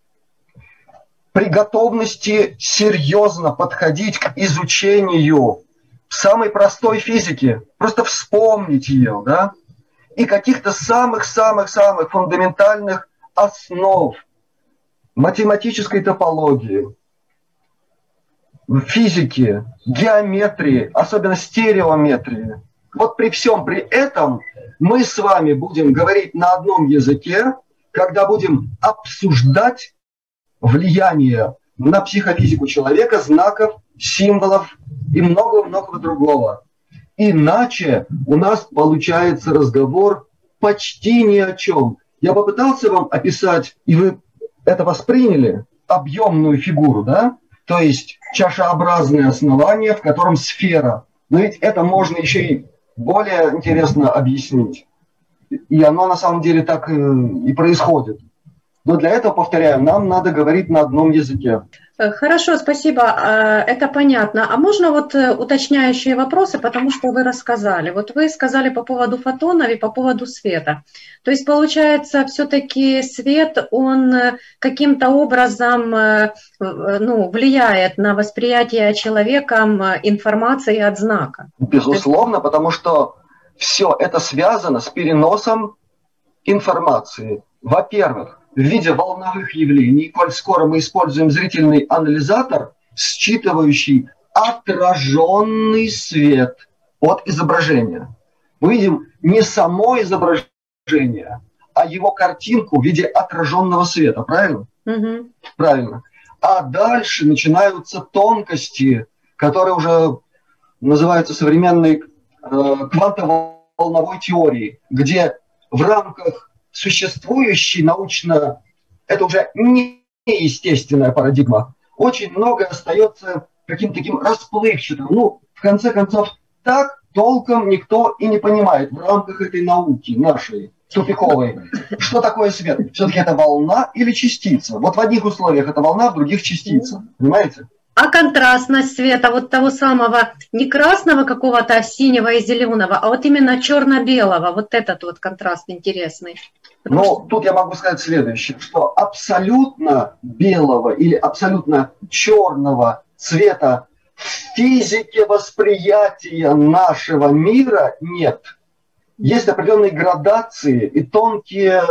при готовности серьезно подходить к изучению самой простой физики, просто вспомнить ее, да, и каких-то самых-самых-самых фундаментальных основ математической топологии, в физике, геометрии, особенно стереометрии. Вот при всем при этом мы с вами будем говорить на одном языке, когда будем обсуждать влияние на психофизику человека, знаков, символов и много-много другого. Иначе у нас получается разговор почти ни о чем. Я попытался вам описать, и вы это восприняли, объемную фигуру, да? То есть чашеобразное основание, в котором сфера. Но ведь это можно еще и более интересно объяснить. И оно на самом деле так и происходит. Но для этого, повторяю, нам надо говорить на одном языке. Хорошо, спасибо, это понятно. А можно вот уточняющие вопросы, потому что вы рассказали. Вот вы сказали по поводу фотонов и по поводу света. То есть, получается, все-таки свет, он каким-то образом ну, влияет на восприятие человеком информации от знака? Безусловно, потому что все это связано с переносом информации. Во-первых, в виде волновых явлений, коль скоро мы используем зрительный анализатор, считывающий отраженный свет от изображения. Мы видим не само изображение, а его картинку в виде отраженного света, правильно? Угу. Правильно. А дальше начинаются тонкости, которые уже называются современной э, квантово-волновой теорией, где в рамках существующей научно, это уже неестественная парадигма, очень много остается каким-то таким расплывчатым. Ну, в конце концов, так толком никто и не понимает в рамках этой науки нашей, тупиковой, что такое свет. Все-таки это волна или частица. Вот в одних условиях это волна, в других частица. Понимаете? А контрастность света, вот того самого не красного какого-то, а синего и зеленого, а вот именно черно-белого, вот этот вот контраст интересный. Но что... тут я могу сказать следующее, что абсолютно белого или абсолютно черного цвета в физике восприятия нашего мира нет. Есть определенные градации и тонкие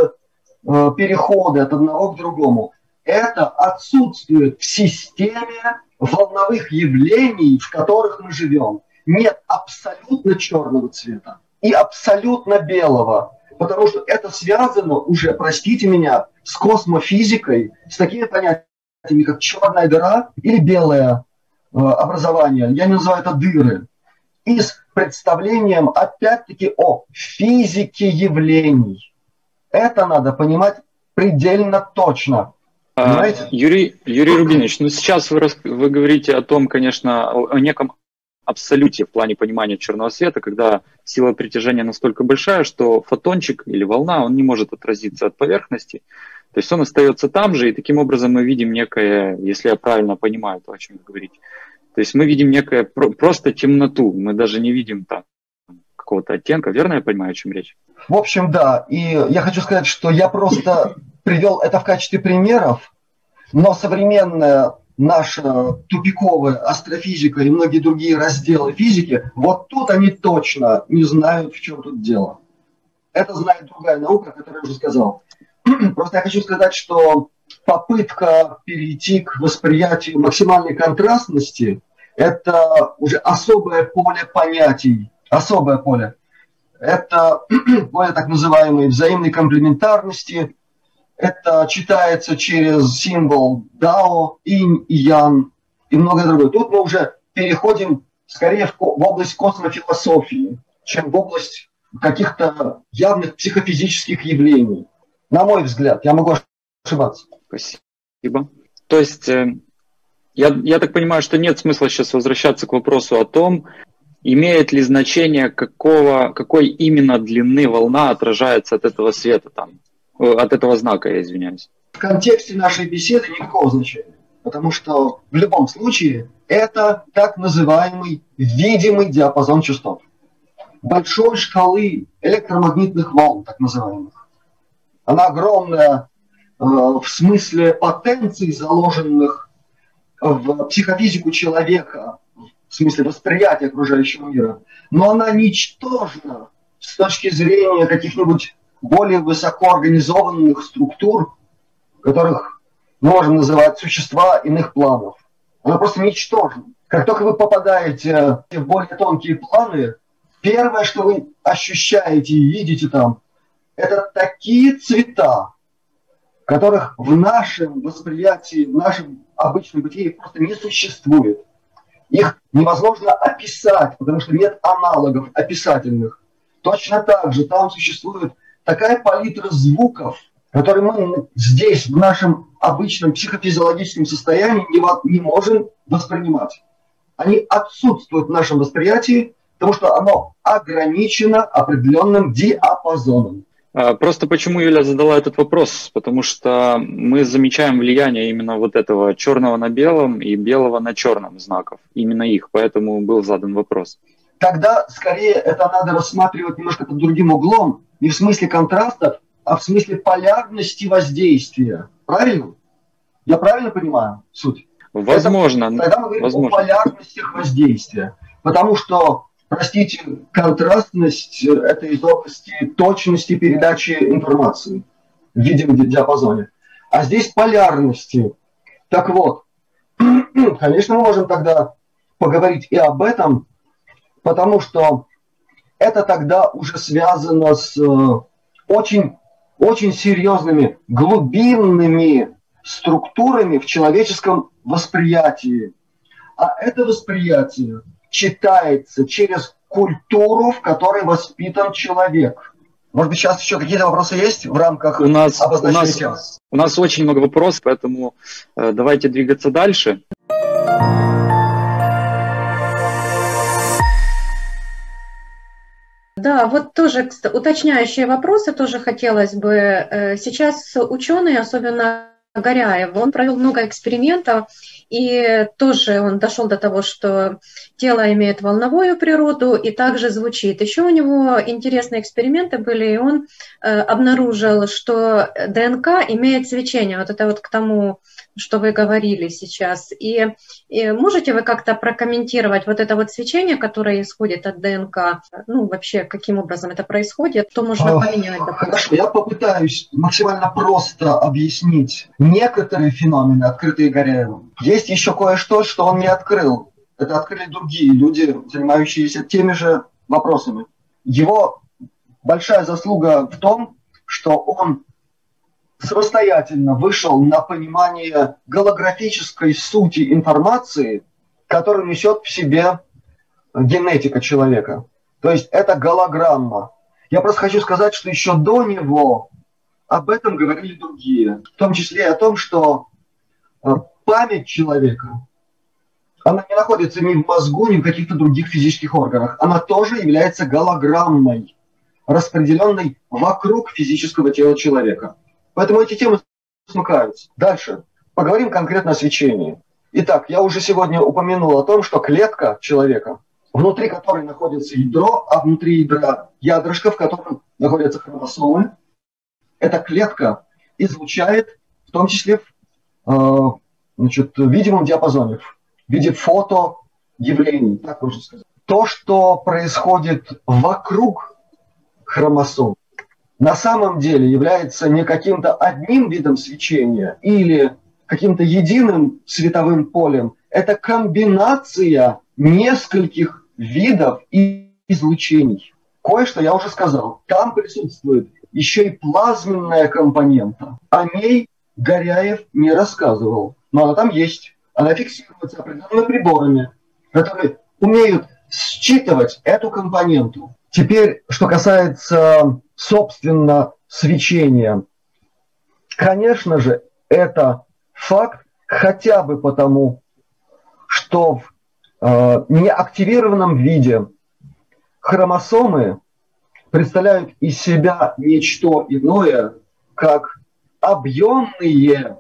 э, переходы от одного к другому. Это отсутствует в системе волновых явлений, в которых мы живем. Нет абсолютно черного цвета и абсолютно белого, потому что это связано уже, простите меня, с космофизикой, с такими понятиями, как черная дыра или белое э, образование. Я не называю это дыры. И с представлением, опять-таки, о физике явлений. Это надо понимать предельно точно. Понимаете? Юрий, Юрий Рубинович, ну сейчас вы, вы говорите о том, конечно, о, о неком абсолюте в плане понимания черного света, когда сила притяжения настолько большая, что фотончик или волна, он не может отразиться от поверхности. То есть он остается там же, и таким образом мы видим некое, если я правильно понимаю то, о чем вы говорите, то есть мы видим некое просто темноту, мы даже не видим там какого-то оттенка, верно я понимаю, о чем речь? В общем, да, и я хочу сказать, что я просто привел это в качестве примеров, но современная наша тупиковая астрофизика и многие другие разделы физики, вот тут они точно не знают, в чем тут дело. Это знает другая наука, о которой я уже сказал. Просто я хочу сказать, что попытка перейти к восприятию максимальной контрастности – это уже особое поле понятий, особое поле. Это поле так называемой взаимной комплементарности. Это читается через символ дао, инь и ян и многое другое. Тут мы уже переходим скорее в, в область космофилософии, чем в область каких-то явных психофизических явлений. На мой взгляд, я могу ошибаться. Спасибо. То есть, э, я, я так понимаю, что нет смысла сейчас возвращаться к вопросу о том, имеет ли значение, какого, какой именно длины волна отражается от этого света там. От этого знака, я извиняюсь. В контексте нашей беседы никакого значения. Потому что в любом случае это так называемый видимый диапазон частот. Большой шкалы электромагнитных волн, так называемых. Она огромная э, в смысле потенций, заложенных в психофизику человека, в смысле восприятия окружающего мира. Но она ничтожна с точки зрения каких-нибудь более высокоорганизованных структур, которых мы можем называть существа иных планов. Она просто ничтожна. Как только вы попадаете в более тонкие планы, первое, что вы ощущаете и видите там, это такие цвета, которых в нашем восприятии, в нашем обычном бытии просто не существует. Их невозможно описать, потому что нет аналогов описательных. Точно так же там существует такая палитра звуков, которые мы здесь, в нашем обычном психофизиологическом состоянии, не, не можем воспринимать. Они отсутствуют в нашем восприятии, потому что оно ограничено определенным диапазоном. Просто почему Юля задала этот вопрос? Потому что мы замечаем влияние именно вот этого черного на белом и белого на черном знаков. Именно их, поэтому был задан вопрос. Тогда скорее это надо рассматривать немножко под другим углом, не в смысле контрастов, а в смысле полярности воздействия. Правильно? Я правильно понимаю суть? Возможно. Это, тогда мы говорим возможно. о полярностях воздействия. Потому что, простите, контрастность – это из области точности передачи информации в видимом диапазоне. А здесь полярности. Так вот, конечно, мы можем тогда поговорить и об этом, потому что это тогда уже связано с очень, очень серьезными глубинными структурами в человеческом восприятии. А это восприятие читается через культуру, в которой воспитан человек. Может быть, сейчас еще какие-то вопросы есть в рамках у нас, обозначения у нас, темы? У нас очень много вопросов, поэтому э, давайте двигаться дальше. Да, вот тоже уточняющие вопросы тоже хотелось бы. Сейчас ученый, особенно Горяев, он провел много экспериментов, и тоже он дошел до того, что тело имеет волновую природу и также звучит. Еще у него интересные эксперименты были, и он обнаружил, что ДНК имеет свечение. Вот это вот к тому, что вы говорили сейчас. И, и можете вы как-то прокомментировать вот это вот свечение, которое исходит от ДНК? Ну, вообще, каким образом это происходит? Что можно поменять? Допустим? Хорошо, я попытаюсь максимально просто объяснить некоторые феномены, открытые Горяевым. Есть еще кое-что, что он не открыл. Это открыли другие люди, занимающиеся теми же вопросами. Его большая заслуга в том, что он самостоятельно вышел на понимание голографической сути информации, которую несет в себе генетика человека. То есть это голограмма. Я просто хочу сказать, что еще до него об этом говорили другие. В том числе и о том, что память человека, она не находится ни в мозгу, ни в каких-то других физических органах. Она тоже является голограммой, распределенной вокруг физического тела человека. Поэтому эти темы смыкаются. Дальше. Поговорим конкретно о свечении. Итак, я уже сегодня упомянул о том, что клетка человека, внутри которой находится ядро, а внутри ядра ядрышко, в котором находятся хромосомы, эта клетка излучает, в том числе в, э, значит, в видимом диапазоне, в виде фотоявлений, так можно сказать. То, что происходит вокруг хромосом, на самом деле является не каким-то одним видом свечения или каким-то единым световым полем. Это комбинация нескольких видов излучений. Кое-что я уже сказал. Там присутствует еще и плазменная компонента. О ней Горяев не рассказывал. Но она там есть. Она фиксируется определенными приборами, которые умеют считывать эту компоненту. Теперь, что касается, собственно, свечения. Конечно же, это факт хотя бы потому, что в э, неактивированном виде хромосомы представляют из себя нечто иное, как объемные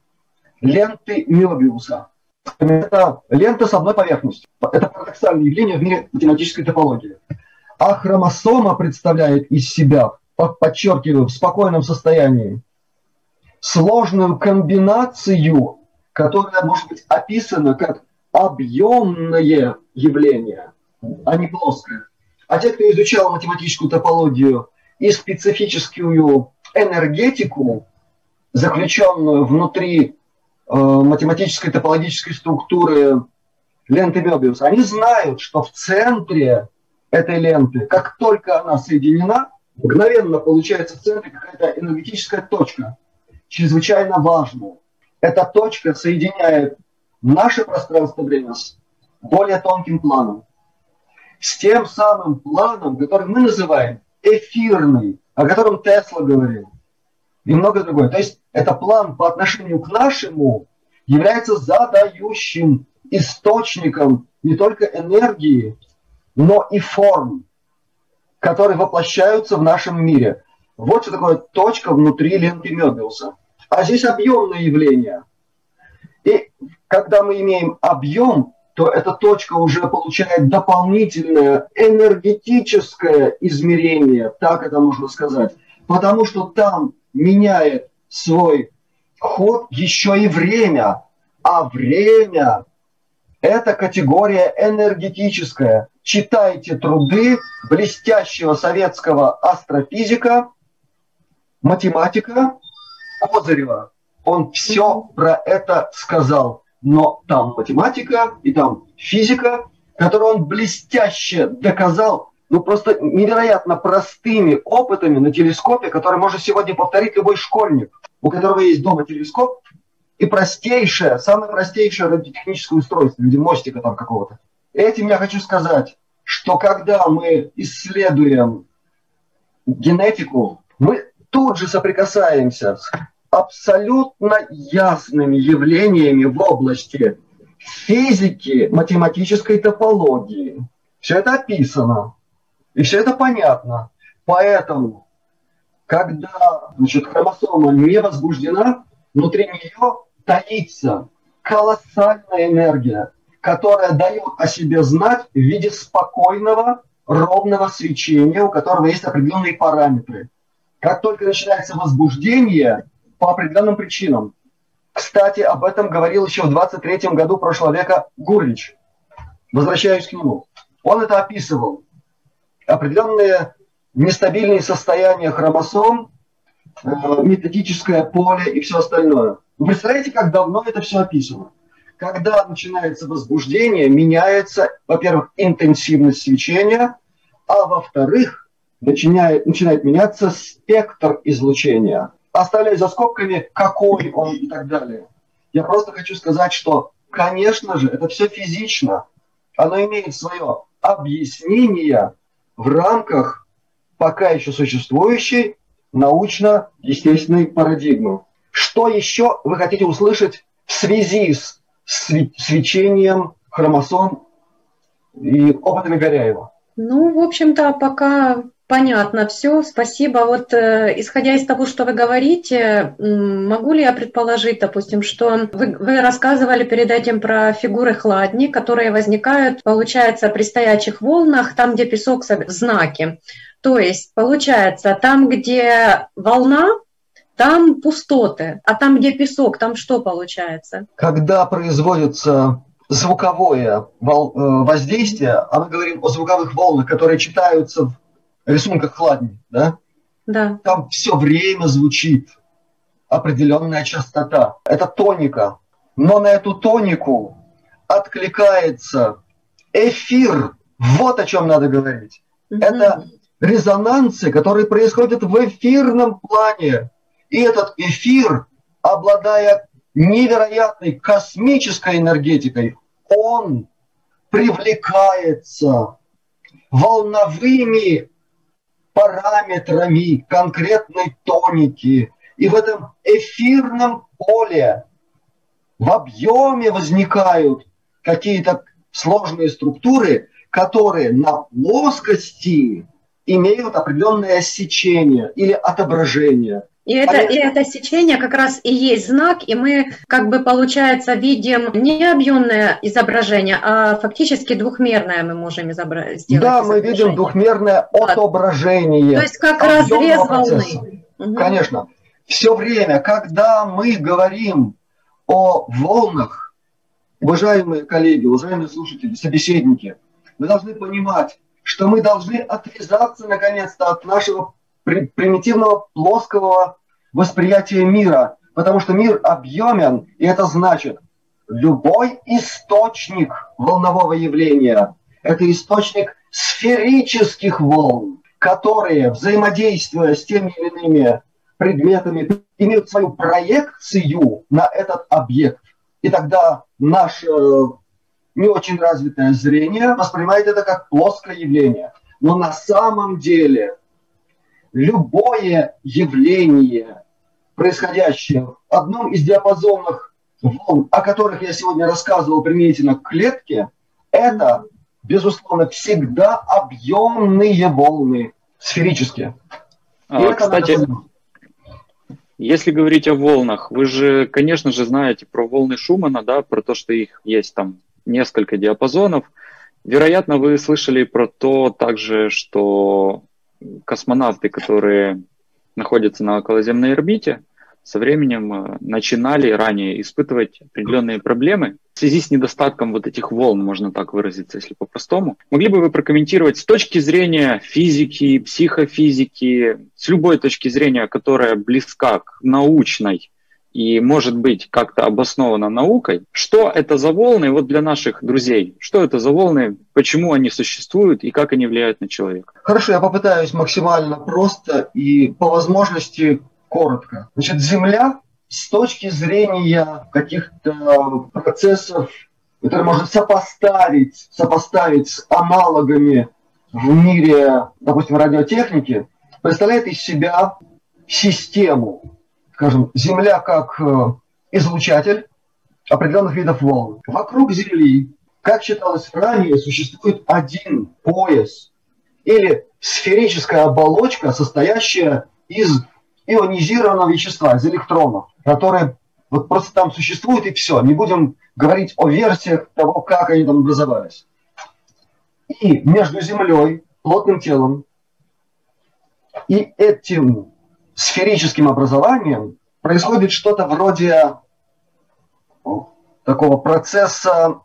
ленты Мёбиуса. Это лента с одной поверхностью. Это парадоксальное явление в мире математической топологии. А хромосома представляет из себя, подчеркиваю, в спокойном состоянии, сложную комбинацию, которая может быть описана как объемное явление, а не плоское. А те, кто изучал математическую топологию и специфическую энергетику, заключенную внутри математической топологической структуры ленты Мёбиуса, они знают, что в центре этой ленты, как только она соединена, мгновенно получается в центре какая-то энергетическая точка, чрезвычайно важная. Эта точка соединяет наше пространство-время с более тонким планом, с тем самым планом, который мы называем эфирный, о котором Тесла говорил, и многое другое. То есть это план по отношению к нашему является задающим источником не только энергии, но и форм, которые воплощаются в нашем мире. Вот что такое точка внутри ленты Мёбиуса. А здесь объемное явление. И когда мы имеем объем, то эта точка уже получает дополнительное энергетическое измерение, так это можно сказать, потому что там меняет свой ход еще и время, а время – это категория энергетическая. Читайте труды блестящего советского астрофизика, математика Козырева. Он все про это сказал. Но там математика и там физика, которую он блестяще доказал, ну просто невероятно простыми опытами на телескопе, который может сегодня повторить любой школьник, у которого есть дома телескоп, и простейшее, самое простейшее радиотехническое устройство, в виде мостика там какого-то. Этим я хочу сказать, что когда мы исследуем генетику, мы тут же соприкасаемся с абсолютно ясными явлениями в области физики, математической топологии. Все это описано, и все это понятно. Поэтому, когда, значит, хромосома не возбуждена, внутри нее таится колоссальная энергия, которая дает о себе знать в виде спокойного, ровного свечения, у которого есть определенные параметры. Как только начинается возбуждение, по определенным причинам. Кстати, об этом говорил еще в двадцать третьем году прошлого века Гурвич. Возвращаюсь к нему. Он это описывал. Определенные нестабильные состояния хромосом, э, методическое поле и все остальное. Вы представляете, как давно это все описано? Когда начинается возбуждение, меняется, во-первых, интенсивность свечения, а во-вторых, начинает, начинает меняться спектр излучения. Оставляю за скобками, какой он и так далее. Я просто хочу сказать, что, конечно же, это все физично. Оно имеет свое объяснение в рамках пока еще существующей научно-естественной парадигмы. Что еще вы хотите услышать в связи с свечением хромосом и опытами Горяева? Ну, в общем-то, пока понятно все, спасибо. Вот э, исходя из того, что вы говорите, могу ли я предположить, допустим, что вы, вы рассказывали перед этим про фигуры хладни, которые возникают, получается, при стоячих волнах, там, где песок в знаке. То есть, получается, там, где волна, там пустоты, а там, где песок, там что получается? Когда производится звуковое воздействие, а мы говорим о звуковых волнах, которые читаются в рисунках хладни, да? Да. Там все время звучит определенная частота. Это тоника. Но на эту тонику откликается эфир. Вот о чем надо говорить. Угу. Это резонансы, которые происходят в эфирном плане. И этот эфир, обладая невероятной космической энергетикой, он привлекается волновыми параметрами конкретной тоники. И в этом эфирном поле в объеме возникают какие-то сложные структуры, которые на плоскости имеют определенное сечение или отображение. И это, и это сечение как раз и есть знак, и мы, как бы, получается, видим не объемное изображение, а фактически двухмерное мы можем изобра- сделать. Да, мы видим двухмерное отображение. То есть как разрез волны. Угу. Конечно. Все время, когда мы говорим о волнах, уважаемые коллеги, уважаемые слушатели, собеседники, вы должны понимать, что мы должны отвязаться, наконец-то, от нашего примитивного плоского восприятия мира. Потому что мир объемен, и это значит, любой источник волнового явления – это источник сферических волн, которые, взаимодействуя с теми или иными предметами, имеют свою проекцию на этот объект. И тогда наше не очень развитое зрение воспринимает это как плоское явление. Но на самом деле любое явление, происходящее в одном из диапазонов волн, о которых я сегодня рассказывал применительно к клетке, это, безусловно, всегда объемные волны, сферические. А, кстати, если говорить о волнах, вы же, конечно же, знаете про волны Шумана, да, про то, что их есть там несколько диапазонов. Вероятно, вы слышали про то также, что космонавты, которые находятся на околоземной орбите, со временем начинали ранее испытывать определенные проблемы в связи с недостатком вот этих волн, можно так выразиться, если по-простому. Могли бы вы прокомментировать с точки зрения физики, психофизики, с любой точки зрения, которая близка к научной и может быть как-то обоснована наукой, что это за волны вот для наших друзей? Что это за волны, почему они существуют и как они влияют на человека? Хорошо, я попытаюсь максимально просто и по возможности коротко. Значит, Земля с точки зрения каких-то процессов, которые можно сопоставить, сопоставить с аналогами в мире, допустим, радиотехники, представляет из себя систему. Скажем, Земля как излучатель определенных видов волн. Вокруг Земли, как считалось ранее, существует один пояс или сферическая оболочка, состоящая из ионизированного вещества, из электронов, которые вот просто там существуют, и все. Не будем говорить о версиях того, как они там образовались. И между Землей, плотным телом, и этим сферическим образованием происходит что-то вроде такого процесса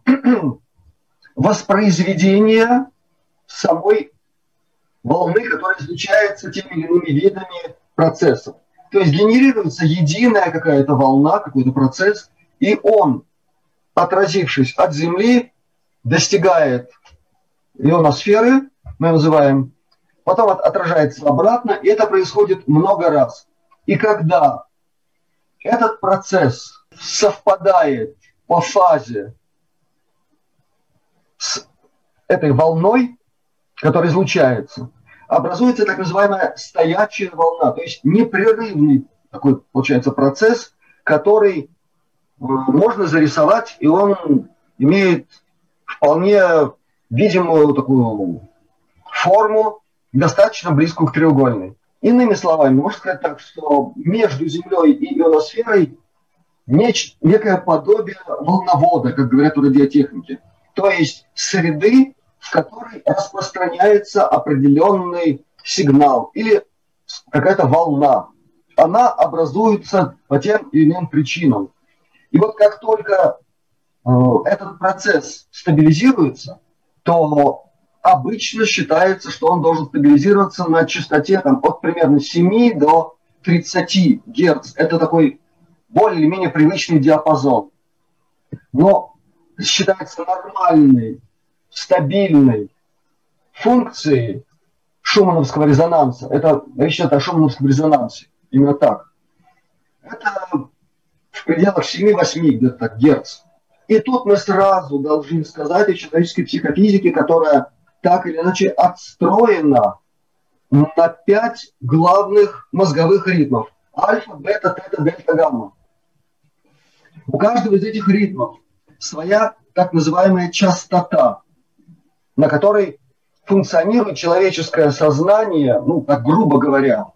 воспроизведения самой волны, которая излучается теми или иными видами процессов. То есть генерируется единая какая-то волна, какой-то процесс, и он, отразившись от Земли, достигает ионосферы, мы называем, потом отражается обратно, и это происходит много раз. И когда этот процесс совпадает по фазе с этой волной, которая излучается, образуется так называемая стоячая волна, то есть непрерывный такой, получается, процесс, который можно зарисовать, и он имеет вполне видимую такую форму, достаточно близкую к треугольной. Иными словами, можно сказать так, что между Землей и ионосферой неч- некое подобие волновода, как говорят в радиотехнике, то есть среды, в которой распространяется определенный сигнал или какая-то волна. Она образуется по тем или иным причинам. И вот как только э, этот процесс стабилизируется, то обычно считается, что он должен стабилизироваться на частоте там, от примерно семи до тридцати герц. Это такой более или менее привычный диапазон. Но считается нормальной, стабильной функцией шумановского резонанса. Это речь идет о шумановском резонансе. Именно так. Это в пределах семи-восьми где-то так герц. И тут мы сразу должны сказать о человеческой психофизике, которая так или иначе отстроена на пять главных мозговых ритмов. Альфа, бета, тета, дельта, гамма. У каждого из этих ритмов своя так называемая частота, на которой функционирует человеческое сознание, ну, так грубо говоря,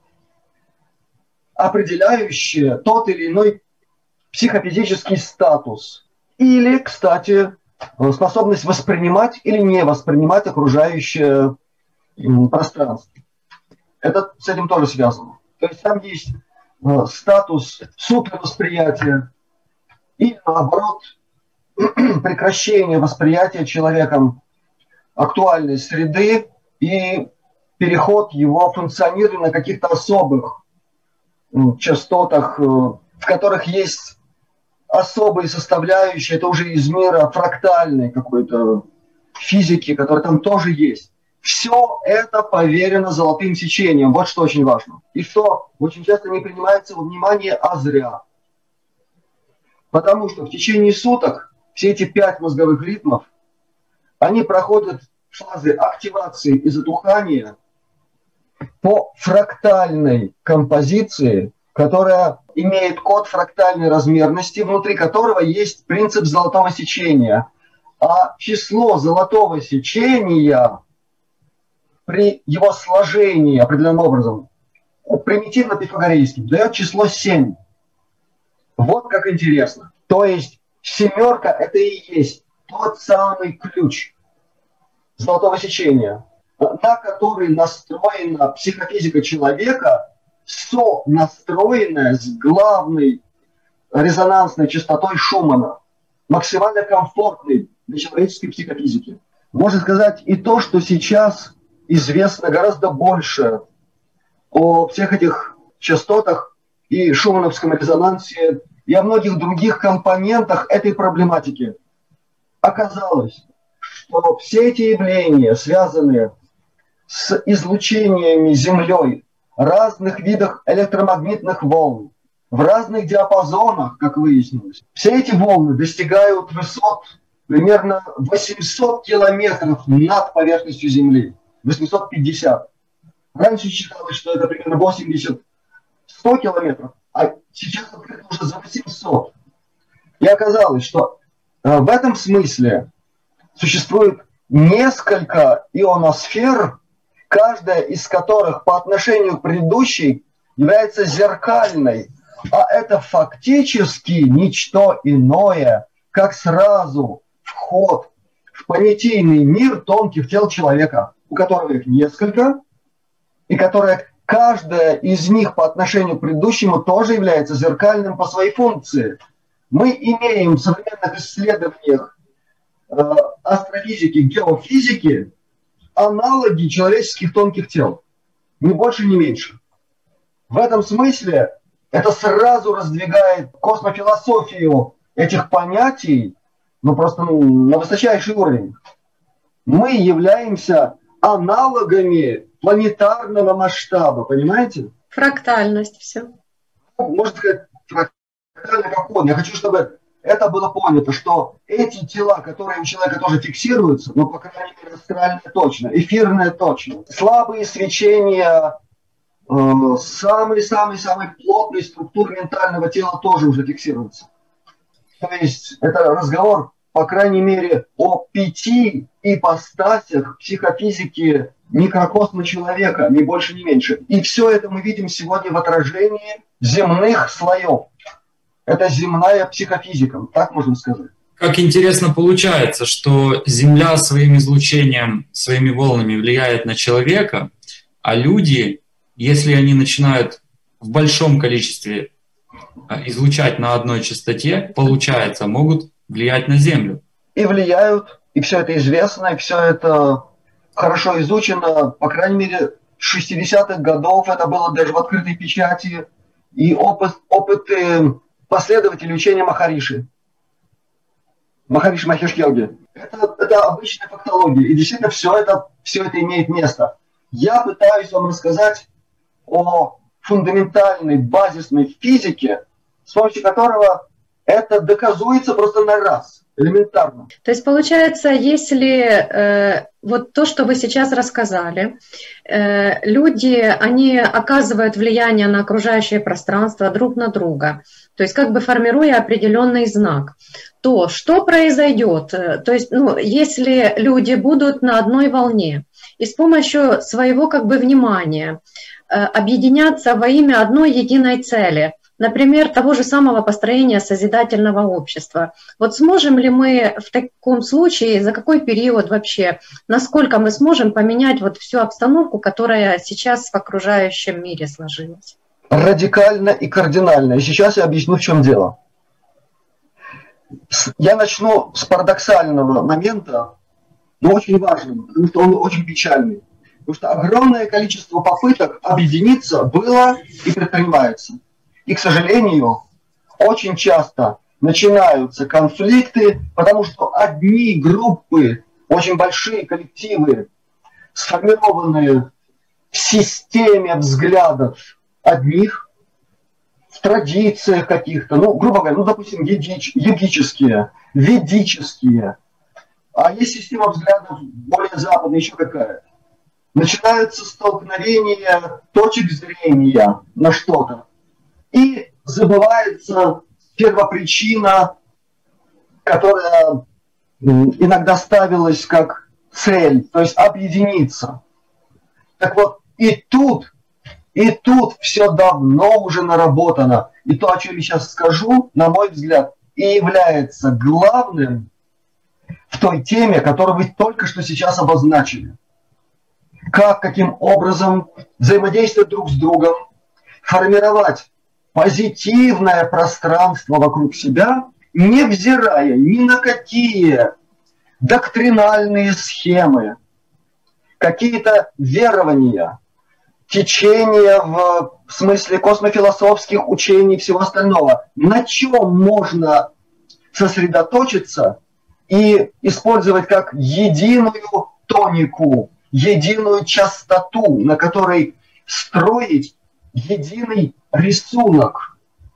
определяющее тот или иной психофизический статус. Или, кстати, способность воспринимать или не воспринимать окружающее пространство. Это с этим тоже связано. То есть там есть статус супервосприятия и, наоборот, прекращение восприятия человеком актуальной среды и переход его функционирования на каких-то особых частотах в которых есть особые составляющие, это уже из мира фрактальной какой-то физики, которая там тоже есть. Все это поверено золотым сечением. Вот что очень важно. И что очень часто не принимается во внимание, а зря. Потому что в течение суток все эти пять мозговых ритмов, они проходят фазы активации и затухания по фрактальной композиции, которая имеет код фрактальной размерности, внутри которого есть принцип золотого сечения. А число золотого сечения при его сложении определенным образом, примитивно-пифагорейским, дает число семь. Вот как интересно. То есть семерка – это и есть тот самый ключ золотого сечения, на который настроена психофизика человека, сонастроенная с главной резонансной частотой Шумана, максимально комфортной для человеческой психофизики. Можно сказать и то, что сейчас известно гораздо больше о всех этих частотах и шумановском резонансе, и о многих других компонентах этой проблематики. Оказалось, что все эти явления, связанные с излучениями Землей, разных видах электромагнитных волн, в разных диапазонах, как выяснилось, все эти волны достигают высот примерно восемьсот километров над поверхностью Земли. восемьсот пятьдесят. Раньше считалось, что это примерно восемьдесят-сто километров, а сейчас это уже за восемьсот. И оказалось, что в этом смысле существует несколько ионосфер, каждая из которых по отношению к предыдущей является зеркальной, а это фактически ничто иное, как сразу вход в понятийный мир тонких тел человека, у которого их несколько, и которая каждая из них по отношению к предыдущему тоже является зеркальным по своей функции. Мы имеем в современных исследованиях э, астрофизики, геофизики аналоги человеческих тонких тел. Ни больше, ни меньше. В этом смысле это сразу раздвигает космофилософию этих понятий, ну просто ну, на высочайший уровень. Мы являемся аналогами планетарного масштаба, понимаете? Фрактальность, все. Можно сказать, фрактально как он. Я хочу, чтобы это было понято, что эти тела, которые у человека тоже фиксируются, ну, по крайней мере, астральное точно, эфирное точно, слабые свечения, самый-самый-самый плотный структур ментального тела тоже уже фиксируются. То есть это разговор, по крайней мере, о пяти ипостасях психофизики микрокосма человека, ни больше, ни меньше. И все это мы видим сегодня в отражении земных слоев. Это земная психофизика, так можно сказать. Как интересно получается, что Земля своим излучением, своими волнами влияет на человека, а люди, если они начинают в большом количестве излучать на одной частоте, получается, могут влиять на Землю. И влияют, и все это известно, и все это хорошо изучено. По крайней мере, с шестидесятых годов это было даже в открытой печати. И опыт, опыты последователей учения Махариши. Махариши Махеш Йоги. Это, это обычная фактология. И действительно все это, все это имеет место. Я пытаюсь вам рассказать о фундаментальной, базисной физике, с помощью которого это доказуется просто на раз, элементарно. То есть получается, если э, вот то, что вы сейчас рассказали, э, люди, они оказывают влияние на окружающее пространство друг на друга, то есть как бы формируя определенный знак, то что произойдет? То есть, ну, если люди будут на одной волне и с помощью своего как бы внимания э, объединяться во имя одной единой цели, например, того же самого построения созидательного общества. Вот сможем ли мы в таком случае, за какой период вообще, насколько мы сможем поменять вот всю обстановку, которая сейчас в окружающем мире сложилась? Радикально и кардинально. И сейчас я объясню, в чем дело. Я начну с парадоксального момента, но очень важного, потому что он очень печальный. Потому что огромное количество попыток объединиться было и предпринимается. И, к сожалению, очень часто начинаются конфликты, потому что одни группы, очень большие коллективы, сформированные в системе взглядов одних, в традициях каких-то, ну, грубо говоря, ну, допустим, йогические, ведические, а есть система взглядов более западная, еще какая. Начинаются столкновения точек зрения на что-то. И забывается первопричина, которая иногда ставилась как цель, то есть объединиться. Так вот, и тут, и тут все давно уже наработано. И то, о чем я сейчас скажу, на мой взгляд, и является главным в той теме, которую вы только что сейчас обозначили. Как, каким образом взаимодействовать друг с другом, формировать позитивное пространство вокруг себя, невзирая ни на какие доктринальные схемы, какие-то верования, течения в смысле космофилософских учений и всего остального, на чем можно сосредоточиться и использовать как единую тонику, единую частоту, на которой строить единый рисунок.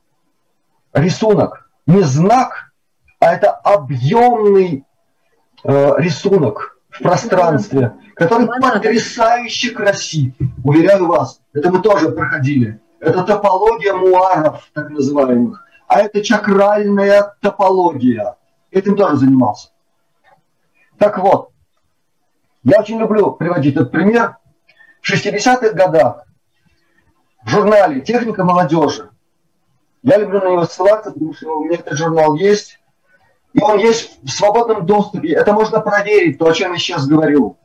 Рисунок. Не знак, а это объемный э, рисунок в пространстве, который потрясающе красив. Уверяю вас, это мы тоже проходили. Это топология муаров, так называемых. А это чакральная топология. Этим тоже занимался. Так вот, я очень люблю приводить этот пример. В шестидесятых годах в журнале «Техника молодежи», я люблю на него ссылаться, потому что у меня этот журнал есть, и он есть в свободном доступе. Это можно проверить, то, о чем я сейчас говорю.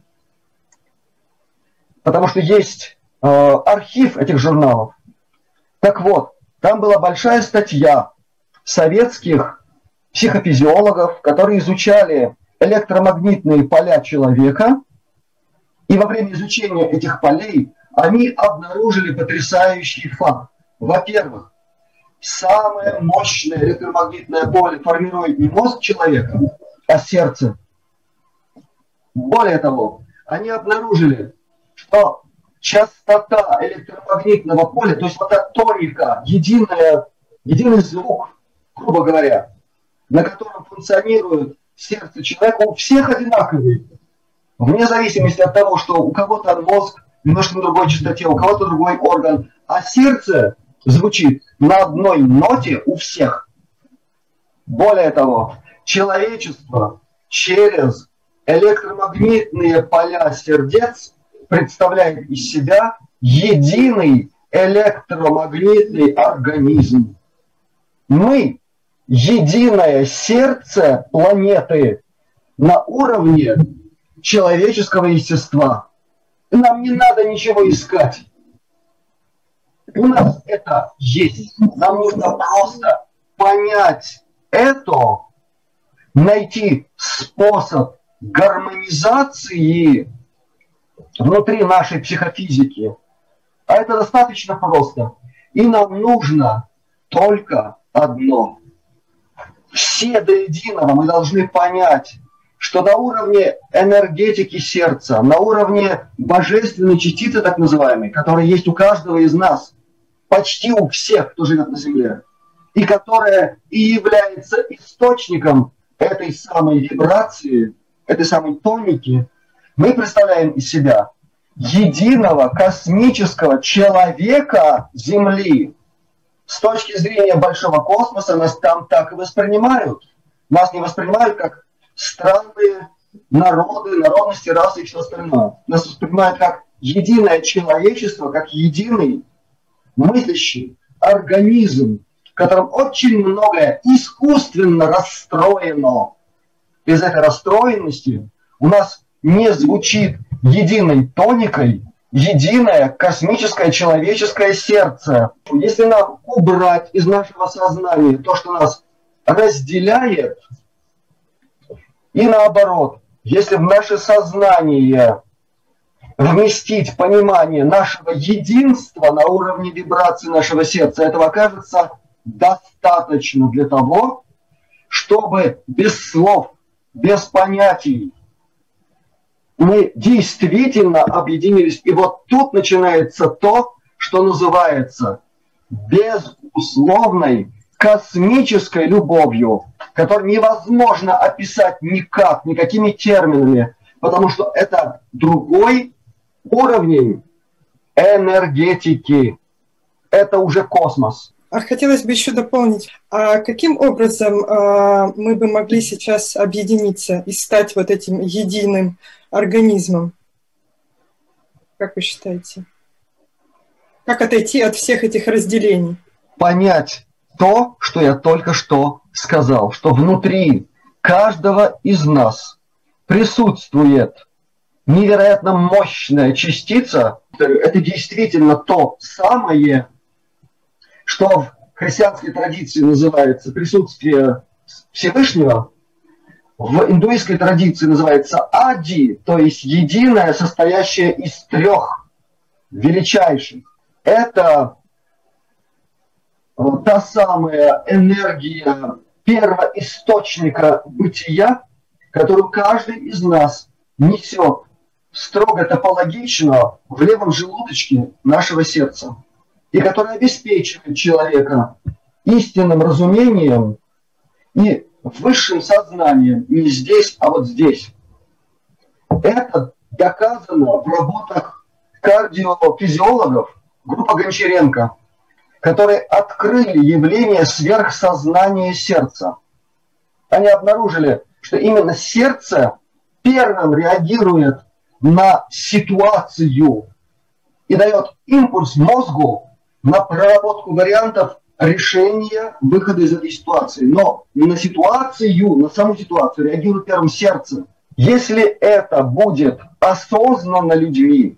Потому что есть э, архив этих журналов. Так вот, там была большая статья советских психофизиологов, которые изучали электромагнитные поля человека, и во время изучения этих полей они обнаружили потрясающий факт. Во-первых, самое мощное электромагнитное поле формирует не мозг человека, а сердце. Более того, они обнаружили, что частота электромагнитного поля, то есть вот эта тоника, единая, единый звук, грубо говоря, на котором функционирует сердце человека, у всех одинаковый. Вне зависимости от того, что у кого-то мозг немножко на другой частоте, у кого-то другой орган, а сердце звучит на одной ноте у всех. Более того, человечество через электромагнитные поля сердец представляет из себя единый электромагнитный организм. Мы единое сердце планеты на уровне человеческого естества. Нам не надо ничего искать. У нас это есть. Нам нужно просто понять это, найти способ гармонизации внутри нашей психофизики. А это достаточно просто. И нам нужно только одно. Все до единого мы должны понять, что на уровне энергетики сердца, на уровне божественной частицы, так называемой, которая есть у каждого из нас, почти у всех, кто живет на Земле, и которая и является источником этой самой вибрации, этой самой тоники, мы представляем из себя единого космического человека Земли. С точки зрения большого космоса нас там так и воспринимают. Нас не воспринимают как страны, народы, народности, расы и все остальное. Нас воспринимают как единое человечество, как единый мыслящий организм, в котором очень многое искусственно расстроено. Из этой расстроенности у нас не звучит единой тоникой единое космическое человеческое сердце. Если нам убрать из нашего сознания то, что нас разделяет, и наоборот, если в наше сознание вместить понимание нашего единства на уровне вибрации нашего сердца, этого окажется достаточно для того, чтобы без слов, без понятий мы действительно объединились. И вот тут начинается то, что называется безусловной космической любовью, которую невозможно описать никак, никакими терминами, потому что это другой уровень энергетики. Это уже космос. А хотелось бы еще дополнить, а каким образом а, мы бы могли сейчас объединиться и стать вот этим единым организмом? Как вы считаете? Как отойти от всех этих разделений? Понять то, что я только что сказал, что внутри каждого из нас присутствует невероятно мощная частица. Это действительно то самое, что в христианской традиции называется присутствие Всевышнего, в индуистской традиции называется Ади, то есть единое, состоящее из трех величайших. Это та самая энергия первоисточника бытия, которую каждый из нас несет строго топологично в левом желудочке нашего сердца, и которая обеспечивает человека истинным разумением и высшим сознанием не здесь, а вот здесь. Это доказано в работах кардиофизиологов, группа Гончаренко, которые открыли явление сверхсознания сердца. Они обнаружили, что именно сердце первым реагирует на ситуацию и дает импульс мозгу на проработку вариантов решения выхода из этой ситуации. Но на ситуацию, на саму ситуацию реагирует первым сердце. Если это будет осознанно людьми,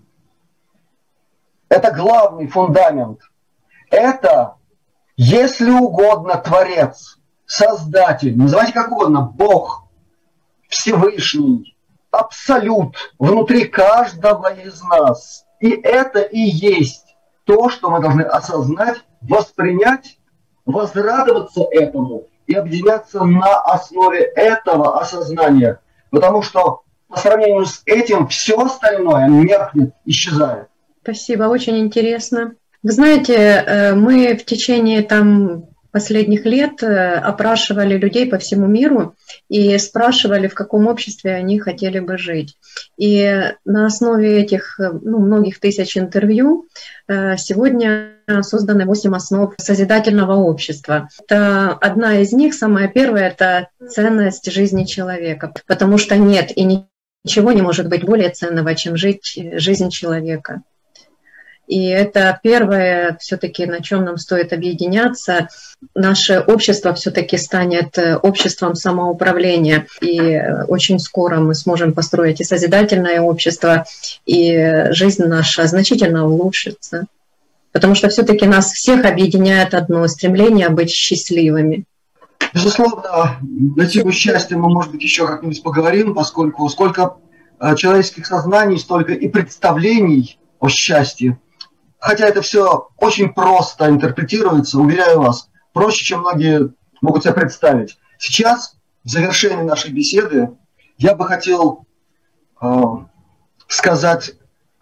это главный фундамент. Это, если угодно, Творец, Создатель, называйте как угодно, Бог, Всевышний, Абсолют внутри каждого из нас. И это и есть то, что мы должны осознать, воспринять, возрадоваться этому и объединяться на основе этого осознания. Потому что по сравнению с этим все остальное меркнет, исчезает. Спасибо, очень интересно. Вы знаете, мы в течение там последних лет опрашивали людей по всему миру и спрашивали, в каком обществе они хотели бы жить. И на основе этих ну, многих тысяч интервью сегодня созданы восемь основ созидательного общества. Это одна из них, самая первая, это ценность жизни человека, потому что нет и ничего не может быть более ценного, чем жить жизнь человека. И это первое, все-таки, на чем нам стоит объединяться. Наше общество все-таки станет обществом самоуправления. И очень скоро мы сможем построить и созидательное общество, и жизнь наша значительно улучшится. Потому что все-таки нас всех объединяет одно — стремление быть счастливыми. Безусловно, на тему счастья мы, может быть, еще как-нибудь поговорим, поскольку сколько человеческих сознаний, столько и представлений о счастье. Хотя это все очень просто интерпретируется, уверяю вас, проще, чем многие могут себе представить. Сейчас, в завершении нашей беседы, я бы хотел э, сказать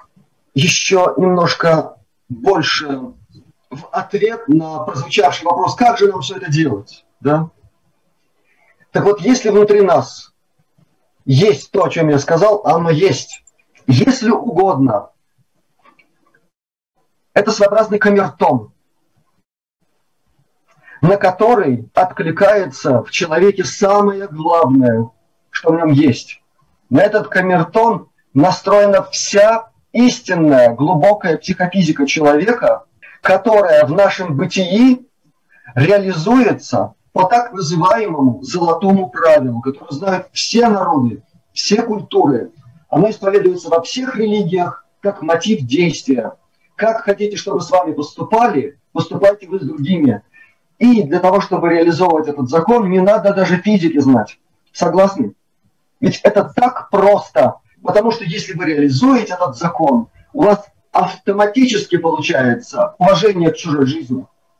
еще немножко больше в ответ на прозвучавший вопрос, как же нам все это делать. Да? Так вот, если внутри нас есть то, о чем я сказал, оно есть. Если угодно, это своеобразный камертон, на который откликается в человеке самое главное, что в нем есть. На этот камертон настроена вся истинная, глубокая психофизика человека, которая в нашем бытии реализуется по так называемому золотому правилу, которое знают все народы, все культуры. Оно исповедуется во всех религиях как мотив действия. Как хотите, чтобы с вами поступали, поступайте вы с другими. И для того, чтобы реализовывать этот закон, не надо даже физики знать. Согласны? Ведь это так просто. Потому что если вы реализуете этот закон, у вас автоматически получается уважение к чужой жизни.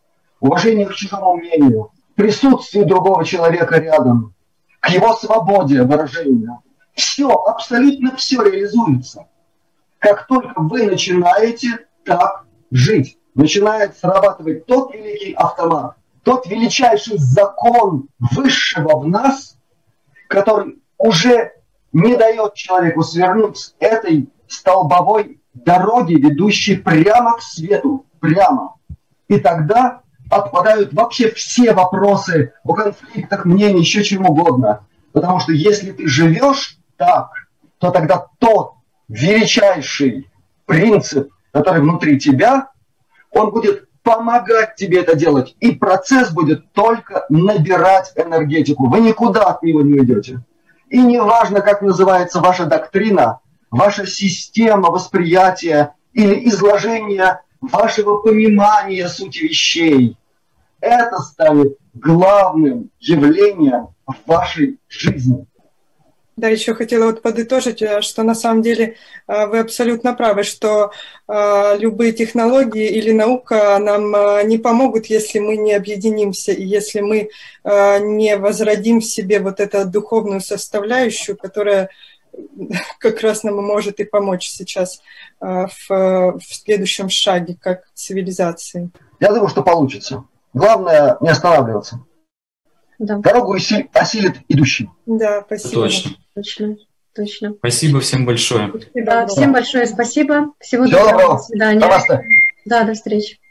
уважение к чужому мнению, присутствию другого человека рядом, к его свободе выражения. Все, абсолютно все реализуется. Как только вы начинаете так жить, начинает срабатывать тот великий автомат, тот величайший закон высшего в нас, который уже не дает человеку свернуть с этой столбовой дороги, ведущей прямо к свету, прямо. И тогда отпадают вообще все вопросы о конфликтах мнений, еще чем угодно. Потому что если ты живешь так, то тогда тот величайший принцип, который внутри тебя, он будет помогать тебе это делать. И процесс будет только набирать энергетику. Вы никуда от него не уйдете. И не важно, как называется ваша доктрина, ваша система восприятия или изложение вашего понимания сути вещей. Это станет главным явлением в вашей жизни. Да, еще хотела вот подытожить, что на самом деле вы абсолютно правы, что любые технологии или наука нам не помогут, если мы не объединимся, и если мы не возродим в себе вот эту духовную составляющую, которая как раз нам может и помочь сейчас в, в следующем шаге, как цивилизации. Я думаю, что получится. Главное не останавливаться. Да. Дорогу осилит идущий. Да, спасибо. Точно. Точно, точно. Спасибо всем большое. Да, всем большое спасибо. Всего Всего доброго. доброго. До свидания. Намасте. Да, до встречи.